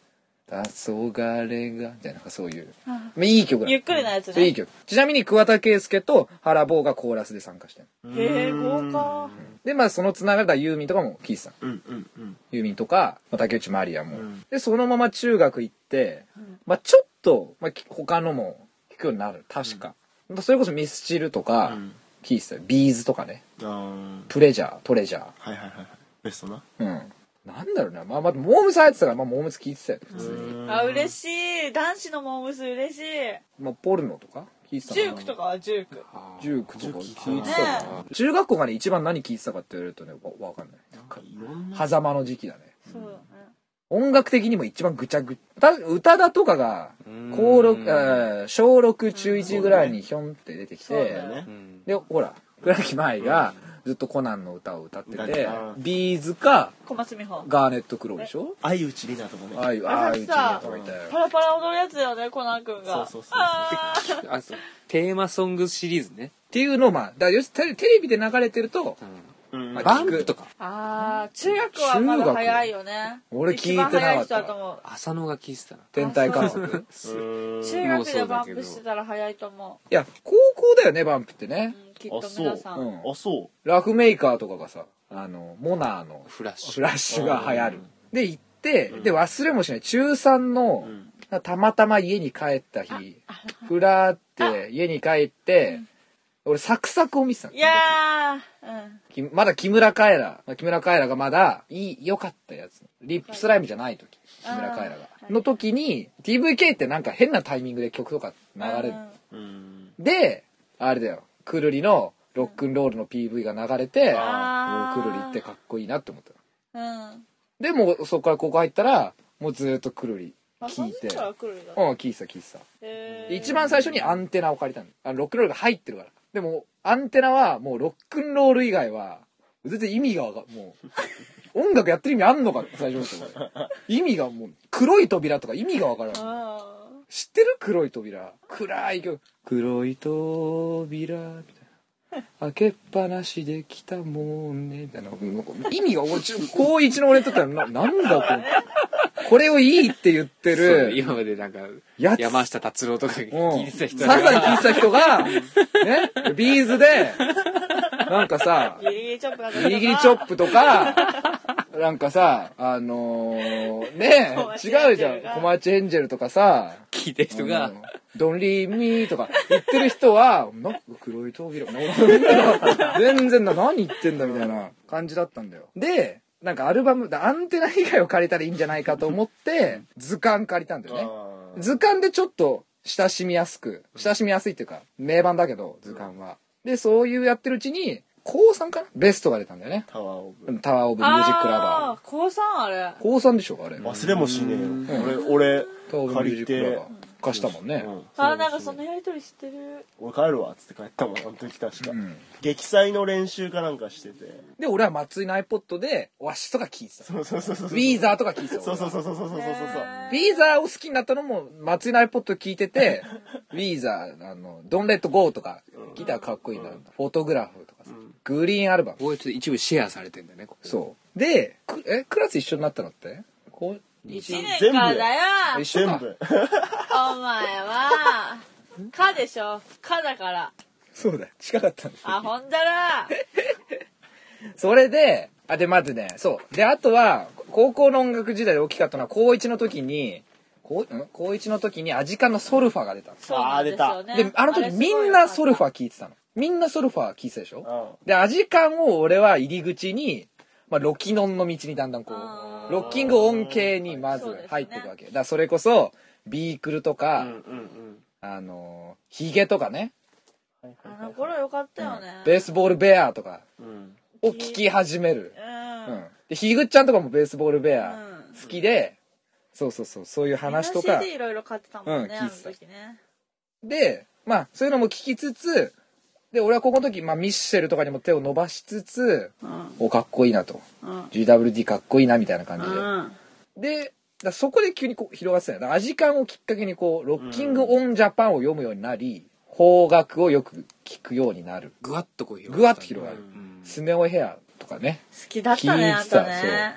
黄昏がみたいなそういう、まあ、いい曲なのゆっくりなやつね。 いい曲。ちなみに桑田佳祐と原坊がコーラスで参加してる。 へえ、豪華。 でまあそのつながりだユーミンとかも聴いてたの。 うんうんうんユーミンとか、まあ、竹内まりやも、 うんでそのまま中学行って、まあちょっと、まあ、き他のも聴くようになる確か、それこそミスチルとかうん聴いてたよ。ビーズとかね、 あープレジャートレジャー、 はいはいはいはいベストなうんなんだろうな、まあまあモームス入ってたから、まあモームス聴いてたよ普通に、 あ、嬉しい。男子のモームス嬉しい。 まあポルノとか聴いてたかな。 ジュークとかはジューク。 ジュークとか聴いてねたかな。中学校がね一番何聴いてたかって言われるとねわわかんない。 なんかいろんな狭間の時期だね。 そうだね。 音楽的にも一番ぐちゃぐた宇多田とかが高六えー小ろく中いちぐらいにひょんって出てきて、 そうだよねうんでほら倉木舞がずっとコナンの歌を歌ってて、 うんビーズか小松美穂。 ガーネットクローでしょ。 相内里奈とかねああいうああいううちにさとかいたよ。 パラパラ踊るやつだよね、コナン君が。 そうそうそうあーあそうテーマソングシリーズね、 っていうのをまあだから要するにテレテレビで流れてるとうんまあバンプとかあー、中学はまだ早いよね。 俺聞いてなかった一番早い人だと思う。 浅野が聴いてたな天体観測。いうん中学でバンプしてたら早いと思や高校だよねバンプってねう。。うん、きっと皆さん。 うんあそラフメーカーとかがさあのモナーのフラッシュフラッシュが流行るうん。 で行って、で忘れもしない中さんの、 うたまたま家に帰った日ふらーって家に帰って、俺サクサクを見てたのいやー、うん。 きまだ木村カエラ木村カエラがまだいい良かったやつリップスライムじゃない時木村カエラがはいの時に ティーブイケー ってなんか変なタイミングで曲とか流れる、 うんであれだよくるりのロックンロールの ピーブイ が流れて、 あーもうくるりってかっこいいなって思ったうん。 でもうそこからここ入ったらもうずーっとくるりあ、 聞いてその時から来るんだ。 うん聞いてた聞いてたへーで一番最初にアンテナを借りたのあのロックンロールが入ってるからでもアンテナはもうロックンロール以外は全然意味がわかんもう音楽やってる意味あんのかって最初思った俺意味がもう黒い扉とか意味がわからないあ知ってる黒い扉暗い曲黒い扉みたいな開けっぱなしで来たもんねみたいな意味が高一の俺にとってはななんだこれこれをいいって言ってそうる今までなんかやつ山下達郎とか聞いてた人サザン聞いてた人がねビーズでなんかさーギリギリチョップだったギリギリチョップとかなんかさあのー、ね小町違うじゃんエンジェルが小町エンジェルとかさ聞いてる人がうんドンリーミーとか言ってる人はなんか黒い扉全然な何言ってんだみたいな感じだったんだよでなんかアルバムアンテナ以外を借りたらいいんじゃないかと思って図鑑借りたんだよねあー図鑑でちょっと親しみやすく親しみやすいっていうか名盤だけど図鑑はでそういうやってるうちにこうさんかなベストが出たんだよねタワーオブタワーオブミュージックラバあー、高三あれ。 ーこうさんでしょあれ忘れもしねえよん俺俺タワーオブミュー借りジックラてバー貸したもんねうんあー、なんかそのやりとり知ってる。 俺帰るわっつって帰ったもんあの時確かうん劇祭の練習かなんかしててで俺は松井の iPod でオアシスとか聴いてたそうそうそうそうウィーザーとか聴いてたそうそうそうそうそうそうそうへーウィーザーを好きになったのも松井の iPod 聴いててウィーザーあの「ドンレットゴー」とかギターかっこいいなフォトグラフとかさグリーンアルバムこうちょっと一部シェアされてんだよねここそうでくえクラス一緒になったのってこう一年からだよ。 一緒か全部お前は、かでしょ。かだから。 そうだよ近かったんですよあ、ほんだら。 それであでまずねそうであとは高校の音楽時代で大きかったのは高一の時に高ん高一の時にアジカンのソルファが出たんですそうなんですよね。 であの時みんなソルファ聴いてたのみんなソルファ聴いてたでしょうんでアジカンを俺は入り口に、まあ、ロキノンの道にだんだんこあーうロッキング音系にまず入っていくわけ、だからそれこそビークルとか、 うんうんうんあのヒゲとかね、 あの頃よかったよね。 ベースボールベアとかうんを聴き始める、 うん。 うん、でヒグちゃんとかもベースボールベアうん好きで、そうそうそうそういう話とかみんな シーディー いろいろ買ってたもんね、あのうん聞いてた時ね。 でまあそういうのも聞きつつで俺はここの時、まあ、ミッシェルとかにも手を伸ばしつつうん。 おかっこいいなとうんジーダブリューディー かっこいいなみたいな感じで、 うん。 でだからそこで急にこう広がってたよだからアジカンをきっかけにこうロッキング・オン・ジャパンを読むようになり邦楽をよく聞くようになるぐわっとこう広ぐわっと広がる、 うんスネオヘアとかね好きだったね、あんた聞いてたね。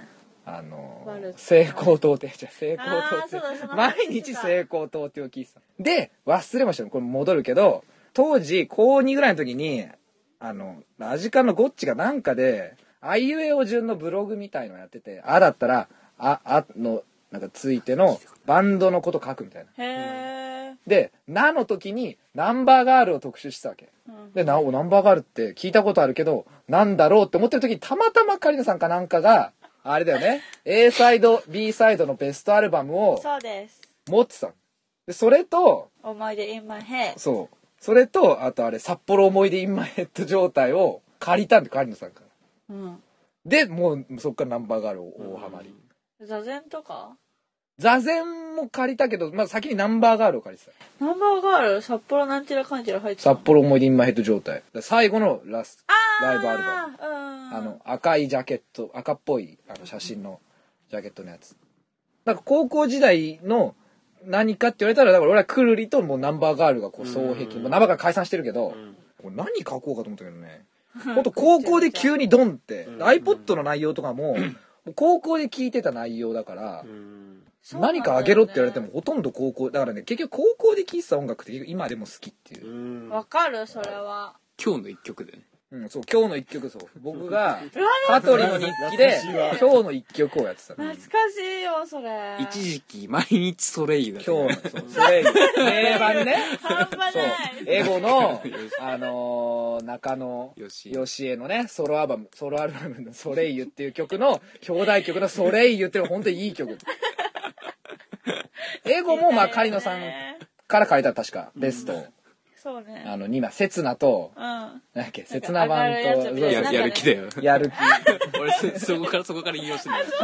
あのワルツ成功島ってじゃ成功島あーそうだそっての話毎日成功島っていう聞いてたで忘れましたよこれ戻るけど当時高にぐらいの時にあのラジカンのゴッチがなんかであいうえお順のブログみたいのやっててあだったらああのなんかついてのバンドのこと書くみたいなへえ。 でなの時にナンバーガールを特集してたわけうんでなおナンバーガールって聞いたことあるけどなんだろうって思ってる時にたまたまカリナさんかなんかがあれだよね A サイド B サイドのベストアルバムをそうです。 持ってたのでそれと思い出 in my head。 そうそれとあとあれ札幌思い出インマイヘッド状態を借りたんでカリナさんからうん。 でもうそっからナンバーガール大ハマり、 座禅とか座禅も借りたけど、まあ、先にナンバーガールを借りてたナンバーガール札幌なんちゃらかんちゃら入ってた札幌思い出インマイヘッド状態だから最後のラスライブアルバムあーうんあの赤いジャケット赤っぽいあの写真のジャケットのやつなんか高校時代の何かって言われたらだから俺はくるりともうナンバーガールがこう双璧もうナンバーガール解散してるけど、これ何書こうかと思ったけどねほんと高校で急にドンって iPod の内容とかももう高校で聞いてた内容だからそうなんだよね何かあげろって言われてもほとんど高校だからね結局高校で聴いてた音楽って今でも好きっていう、 わかるそれは今日の一曲でね。 うん、そう今日の一曲そう僕が香取の日記で今日の一曲をやってたの懐かしいよそれ一時期毎日ソレイユだった今日のそうそれ定番ね半端そうないエゴのあのー中野よし義恵のねソロアルバムソロアルバムの「ソレイユ」っていう曲の兄弟曲の「ソレイユ」っていうのは本当にいい曲エゴもまあ狩野さんから借りたら確かベスト、 そうねあのにまい刹那とうんなんだっけ刹那版と上がるやつみたいなややる気だよ。 やる気俺そそこからそこから引用してんだよ。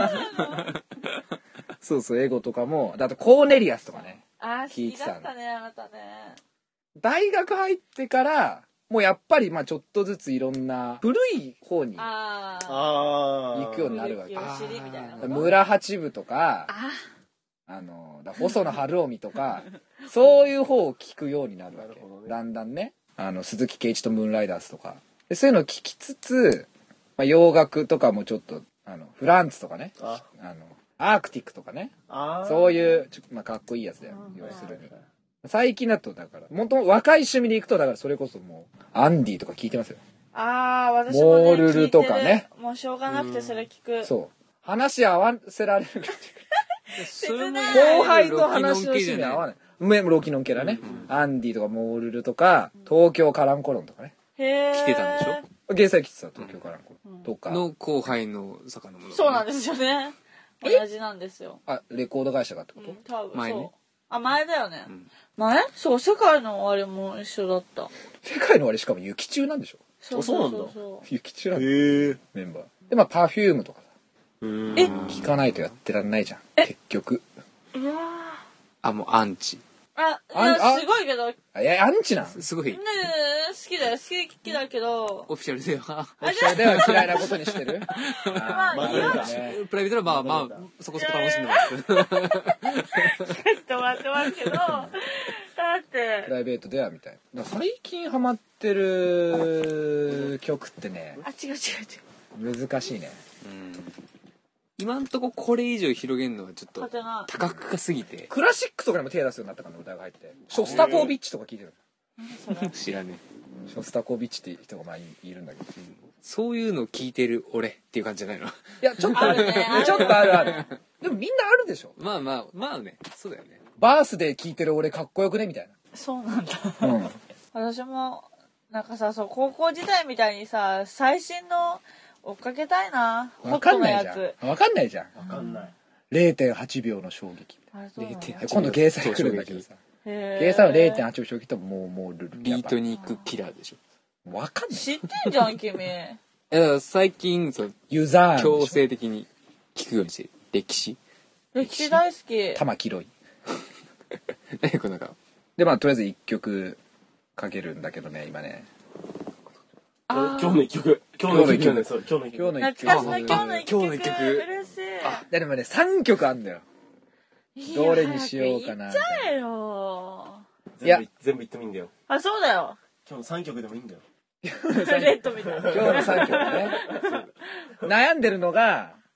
そうそうエゴとかもだとコーネリアスとかねあー聞いてたの好きだったねあなたね大学入ってからもうやっぱりまあちょっとずついろんな古い方にあーああ行くようになるわけ古き良しみたいなこと村八部とかああのだ細野晴臣とかそういう方を聞くようになるわけなるほどねだんだんねあの鈴木圭一とムーンライダースとかでそういうのを聞きつつ、まあ、洋楽とかもちょっとあのフランツとかねああのアークティックとかねあーそういうちょ、まあ、かっこいいやつだよ要するに最近だとだからもとも若い趣味でいくとだからそれこそもうアンディとか聞いてますよあー私もねモールルとかね聞いてるもうしょうがなくてそれ聞くそう話合わせられるそれも後輩と話の趣味合わないめロキノンケラね、アンディとかモールルとか東京カランコロンとかねへー来てたんでしょ芸祭来てた東京カランコロンとか、 の後輩の坂のもの。 そうなんですよね同じなんですよあレコード会社がってこと、 うん多分前ねそうあ前だよねん前そう世界の終わりも一緒だった世界の終わりしかも雪中なんでしょそうそうなんだそう雪中なんだへえメンバーでまあパフュームとかさえ聞かないとやってらんないじゃん結局うわあ、もうアンチ。 ーああいやあすごいけどねあいやアンチなんすごい。 え好きだよ好き好きだけどオフィシャルでは。 オフィシャルでは嫌いなことにしてるあーまあまあだねプライベートはまあまあ、そこそこ楽しんでます。 聞かせてもらってますけどだってプライベートではみたいな最近ハマってる曲ってねあ違う違う違う難しいねうん今んとここれ以上広げるのはちょっとはてな多角化すぎてクラシックとかにも手出すようになったから歌が入ってショスタコービッチとか聞いてる知らねえ。 ショスタコービッチって人がまあいいるんだけどそういうの聞いてる俺っていう感じじゃないの。 いやちょっとあるあるねあるちょっとあるあるでもみんなあるでしょまあまあ、まあね。そうだよね。 バースで聴いてる俺かっこよくねみたいそうなんだなうん私もなんかさそう高校時代みたいにさ最新の追っかけたいなホッわかトなやんないじゃつんわかんないじゃんわかんないれいてんはちびょうの衝撃あれそうなのれいてんはち今度芸祭来るんだけどさへー芸祭は れいてんはちびょう衝撃ともうもうルルビートニックキラーでしょ。 わかんない知ってんじゃん君え、だから最近、そう、 ユザーンでしょ強制的に聞くようにしてる。歴史。 歴史大好き玉黄色い何これなんか、 でまあとりあえずいっきょくかけるんだけどね今ねあ今日の一曲今日の一曲なんですよ今日の一曲今日の一曲懐かしの今日の一曲今日の一曲嬉しいいやでもねさんきょくあんだよいいよどれにしようかな早く言っちゃえよいや全部全部言ってもいいんだよあそうだよ今日のさんきょくでもいいんだよレッドみたいな今日のさんきょくね悩んでるのが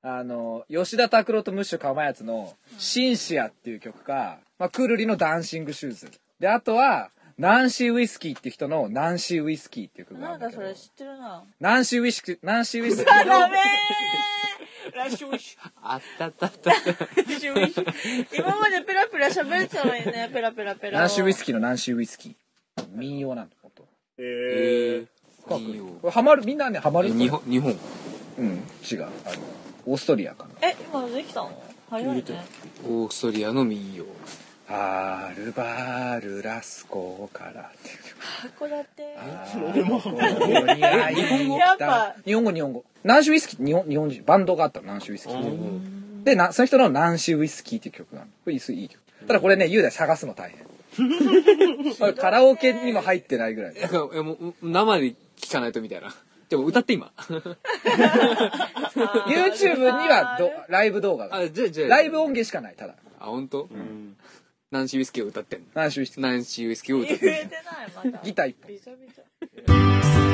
あの吉田拓郎とムッシュかまやつの「シンシア」っていう曲か、まあ、クルリの「ダンシングシューズ」で、あとはナンシーウイスキーっていう人の「ナンシーウイスキー」っていう曲があるんだけど、 なんだそれ知ってるな。 ナンシーウイスキーナンシーウイスキーのダメーラッシュウィッシあったったったった。 ュ。今までペラペラ喋ってたのにね、ペラペラペラを。 ナンシーウイスキーのナンシーウイスキー民謡なんだ本当。 えかっこいい民謡これハマるみんなねハマる日本日本うん違うあのオーストリアかな。 え、今できたの早いね。 オーストリアの民謡。 アルバルラスコからっていう函館。 俺も日本語やっぱ日本語日本語ナンシーウイスキー日本日本人バンドがあったのナンシーウイスキーでなその人のナンシーウイスキーっていう曲なの。これいいいい曲。ただこれね雄大探すの大変カラオケにも入ってないぐらいなんかいやもう生で聞かないとみたいな。でも歌って今。 YouTube にはどライブ動画があじゃあじゃあライブ音源しかないただあ本当？ うんナンシーウイスキーを歌ってんの。 ナンシーウイスキーナンシーウイスキーを歌言ってんの。 えてない、まだ。 ギター一本びちゃびちゃ。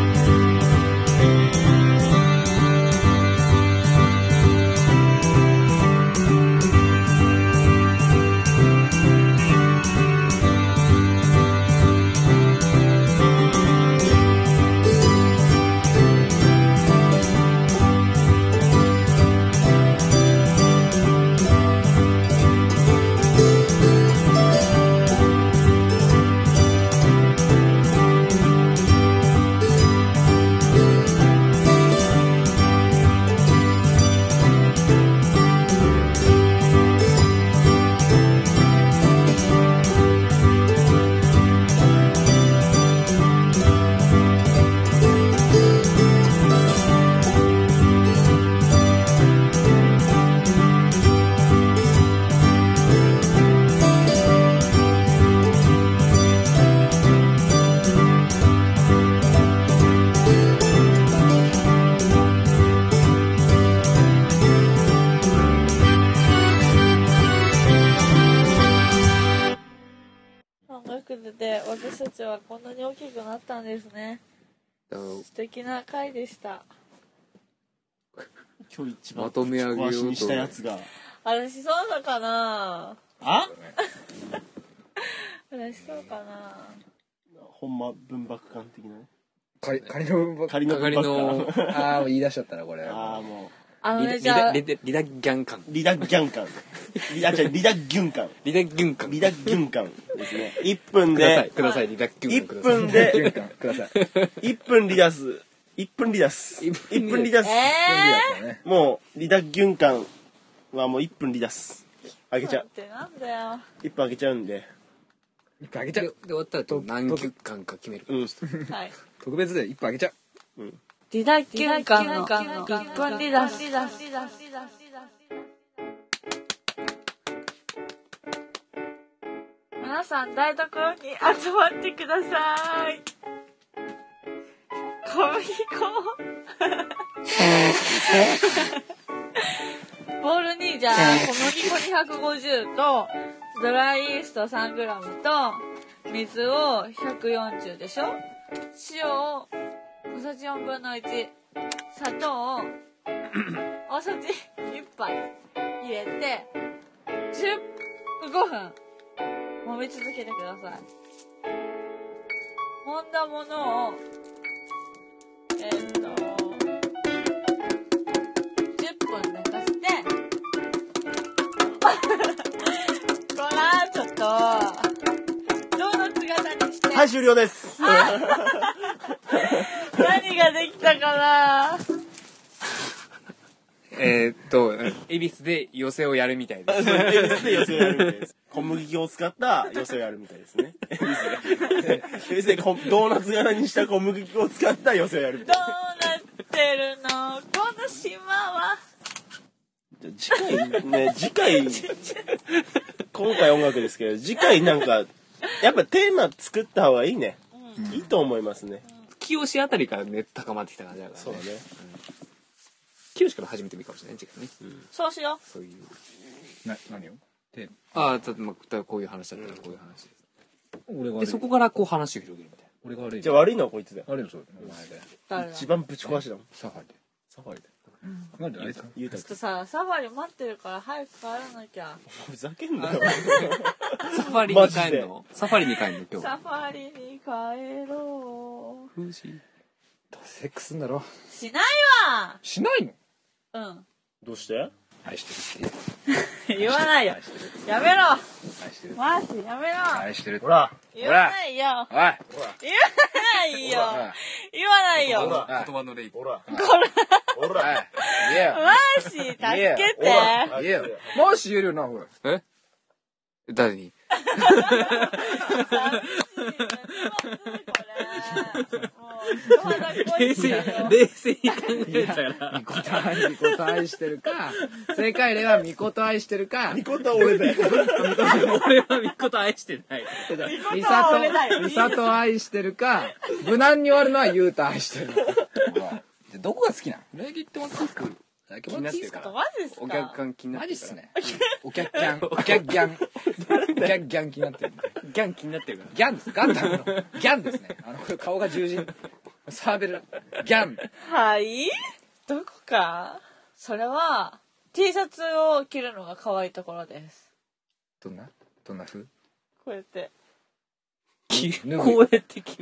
音楽で私たちはこんなに大きくなったんですね。素敵な回でした。 今日一番まとめ上げようと小足にしたやつが私そうだかなあ私そうかなほんま文爆感的なね仮仮の文箱仮の文爆感ああもう言い出しちゃったなこれああもあのリダリねじゃあダリダリダギャン感。 うリダギャン感リダじゃあリダギュン感リダギュン感。 リダギュン感ですねいっぷんくださいでくださいリダギュン 1 感ください。 分で玄関くださいいっぷんリダスいっぷんリダスいっぷんリダスえねもうリダギュン感はもういっぷんリダスあげちゃうってなんだよ。 いっぷんあげちゃうんで一本あげちゃでうで終わったらちょっと何ギュ感か決める。 うんはい。 特別で一本あげちゃうリダキュン感のいっぷんリダス。皆さん台所に集まってください。小麦粉ボウルにじゃあ小麦粉にひゃくごじゅうとドライイースト さんグラム と水をひゃくよんじゅうでしょ。塩を小さじよんぶんのいち、砂糖を大さじいっぱい入れてじゅうごふん揉み続けてください。揉んだものをえー、っとじゅっぷん寝かしてこらちょっとドーナツ型にしてはい終了です何ができたかな。 えーっと恵比寿で寄せをやるみたいです。 恵比寿で寄せをやるみたいです小麦粉を使った寄せをやるみたいですね恵比寿で恵比寿でこドーナツ型にした小麦粉を使った寄せをやるみたどいうなってるのこの島は。 次回ね次回今回音楽ですけど次回なんかやっぱテーマ作った方がいいね、うん、いいと思いますね。 清あたりからね高まってきた感じだからね。 そうだね、 清から始めてもいいかもしれない違うね、うん、 そうしよう。 そういうな何をテーああちょっとまあこういう話だったらこういう話です、 マ俺が悪いでそこからこう話を広げるみたいな。 俺が悪いじゃあ悪いのはこいつだよ。 悪いのそうお前で誰だ。 一番ぶち壊しだもん。 サファリでサファリでなんであいつゆうたちょっとさサファリ待ってるから早く帰らなきゃ。 ふざけんなよ。 サファリに帰るの？サファリに帰るの今日。 サファリに帰ろう。 風刺。 セックスすんだろ。 しないわ。 しないの？ うん。 どうして愛してるって言わないよ。やめろ。 愛してるマジやめろ。 愛してるほら言わないよ。 おい言わないよ。言わないよ。 ほら言葉のレイプ。 ほらこれ。 ほらいやマジ助けて。 いやもし言えるよなほらえ？誰に？冷静冷静に考えたら。 みこと愛みこと愛してるか正解例はみこと愛してるかみことは俺だよ。 俺はみこと愛してない。 みさとみさと愛してるか無難に終わるのはゆうた愛してる。どこが好きなの？ 礼儀ってますか？気になってるから。 マジですか？ お客感気になってるから。 マジっすね。お客ギャン、お客ギャン、お客ギャン気になってる。 ギャン気になってるから。 ギャンです。ガンダムのギャンですね。あの顔が十字。サーベルギャン。 はいどこかそれは T シャツを着るのが可愛いところです。 どんなどんな風？ こうやってこうやって着る。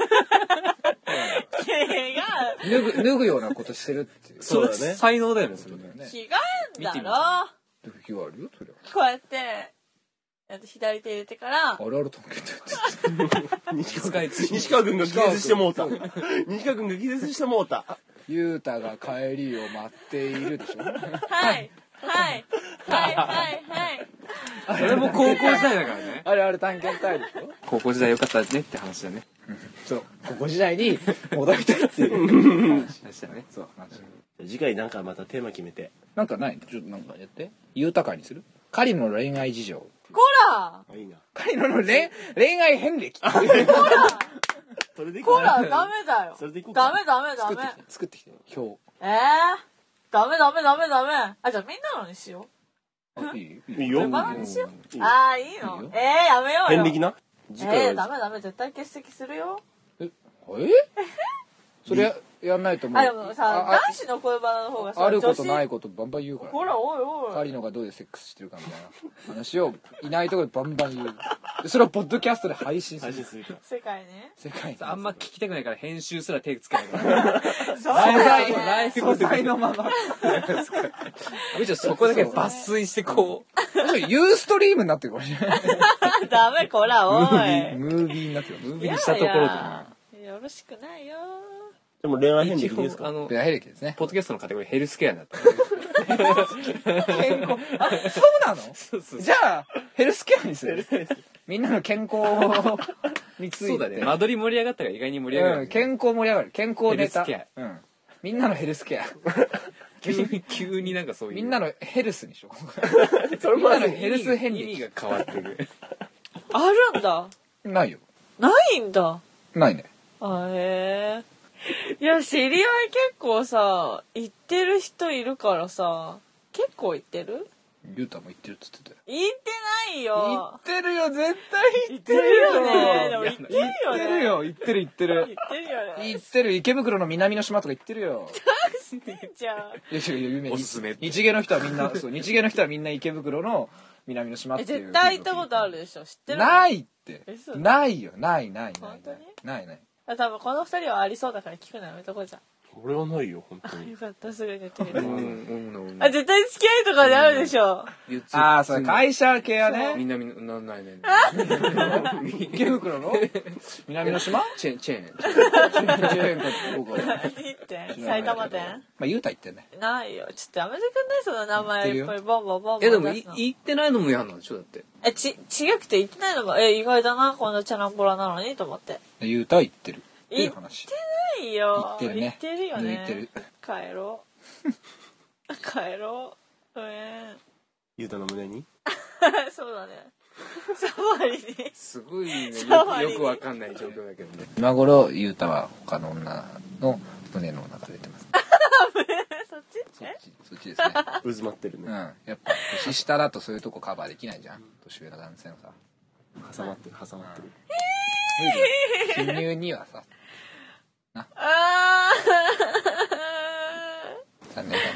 毛が脱ぐ脱ぐようなことしてるっていう。 そうだね。 才能だよね、それね。 ね。 着替えんだろ。 脱ぐ気があるよそれは。 こうやってやって左手入れてからあるあると思って西川西川君が気絶してもうた。西川君が気絶してもうた。 ゆうたが帰りを待っているでしょ。 はいはいはいはいはいそれも高校時代だからね。 あれあれ探検隊でしょ。 高校時代よかったねって話だね。 そう高校時代に戻りたいっていう話だね。 そう話。 次回なんかまたテーマ決めて。 なんかないちょっとなんかやってゆうた会にする。カリの恋愛事情。 こらあいいな。 カリノの恋恋愛遍歴。 それでいこうこらダメだよ。 それでいこうかダメダメダ作ってメ。 きて作ってきて表。 えー、ダメダメダメダメ。あじゃあみんなのにしよあいいいいよ。 バラにしよう。 いいよああいいいいよのえー、やめようよ。 遍歴な。次回えー、ダはメダメ絶対欠席するよ。 えそれややんないともうあでもさあ男子の恋バナの方がさあることない女子ことバンバン言うから。 ほらおいおいカリノがどういうセックスしてるかみたいな話をいないところでバンバン言う。でそれをポッドキャストで配信する。 配信するから。 世界ね。 世界に。 あんま聞きたくないから編集すら手つけないから。 そう素材だよね。 素材のまま。 むしろそこだけ抜粋してこう。 ユーストリームになってるかもしれない。 ダメこらおい。 ムービーになってる。 ムービーにしたところで。 いやいやよろしくないよ。 でも恋愛遍一歴ですか。 応あのベアヘレキですね。 ポッドキャストのカテゴリーヘルスケアになった。 健康。あ、そうなの？ そうそうじゃあヘルスケアにする。みんなの健康について。 そうだね。間取り盛り上がったから意外に盛り上がる。 うん、健康盛り上がる。健康ネタ。 ヘルスケうん。みんなのヘルスケア。 急に急になんかそういう。 みんなのヘルスにしよう。 それもみんなのヘルス遍意味歴。 が変わってる。 あるんだ。 ないよ。 ないんだ。 ないね。 あへえ。いや知り合い結構さ行ってる人いるからさ結構行ってる？ ゆうたも言ってるっつってたよ。 行ってない言よ。 ってるよ、絶対行ってるよね。でも行ってるよね。 言ってるよ、言ってる言ってる。 行ってるよね。 言ってる、池袋の南の島とか言ってるよ。 じゃあ。 いや、違う、有名。 おすすめ日芸の人はみんな、そう、日芸の人はみんな池袋の南の島ってえいう。 絶対行ったことあるでしょ。知ってる？ ないってえそう。 ないよ、ないないないない。 本当に？ ないない。 多分この二人はありそうだから聞くのやめとこうじゃん。 俺はないよ本当に。 よかったすぐに言ってくれて。 うんうんうん。 あ絶対付き合いとかであるでしょ。 ああ、それ会社系はね。 みんなみんなないないない。 池袋の南の島チェーンチェーン。 チェーンかどこか。 何店？埼玉店？ まあ、ゆうた言ってんね。 ないよ。ちょっとやめてくんないその名前いっぱいボンボンボンボンえでもい出すの。 言ってないのも嫌なんでしょだって。 えち違くて言ってないのがえ意外だなこんなチャランポラなのにと思って。 ゆうたは言ってる。っていう言って話。 ないよ。 言ってるね言ってるよね。 言ってる帰ろう。帰ろう。えゆうたの胸に。 ー、そうだね。サファリに。 すごいねサファリよくよくわかんない状況だけどね。 今頃ゆうたは他の女の胸の中で出てます。 そっち？え？ そっちそっちですね。 渦まってるうん。 ね。 やっぱ年下だとそういうとこカバーできないじゃん。年上の男性のさ。 挟まってる挟まってる。 記入にはさ、 あ残念だね。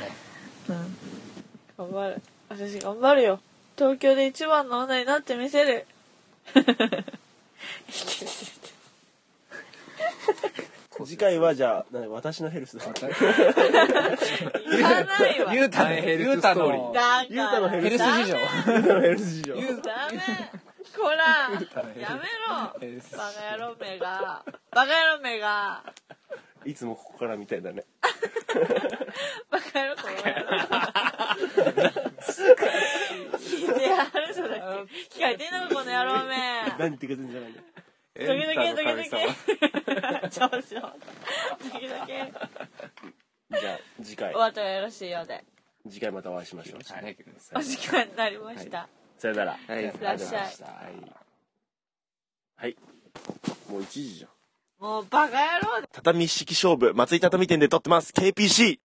私頑張るよ。東京で一番の女になってみせる。 次回はじゃあ何私のヘルスだ。 言わないわ。 ゆうたのヘルスストーリー。 だからゆうたのヘルスヘルス事情。 ゆうたのヘルス事情。 ダメ。こら、やめろ。バカ野郎めが。バカ野郎めが。 いつもここからみたいだね。 バカ野郎この野郎。聞いてやるぞだけ。聞かれてんのかこの野郎め。 何言ってくれてんじゃないの。 ドキドキドキドキ。調子を。ドキドキ。 じゃあ次回。 お後がよろしいようで。 次回またお会いしましょう。 お時間になりました。 さよなら。 はい、 いらっしゃい。 はい。はい。もういちじじゃん。 もうバカ野郎。 畳一式勝負、松井畳店で撮ってます。ケーピーシー。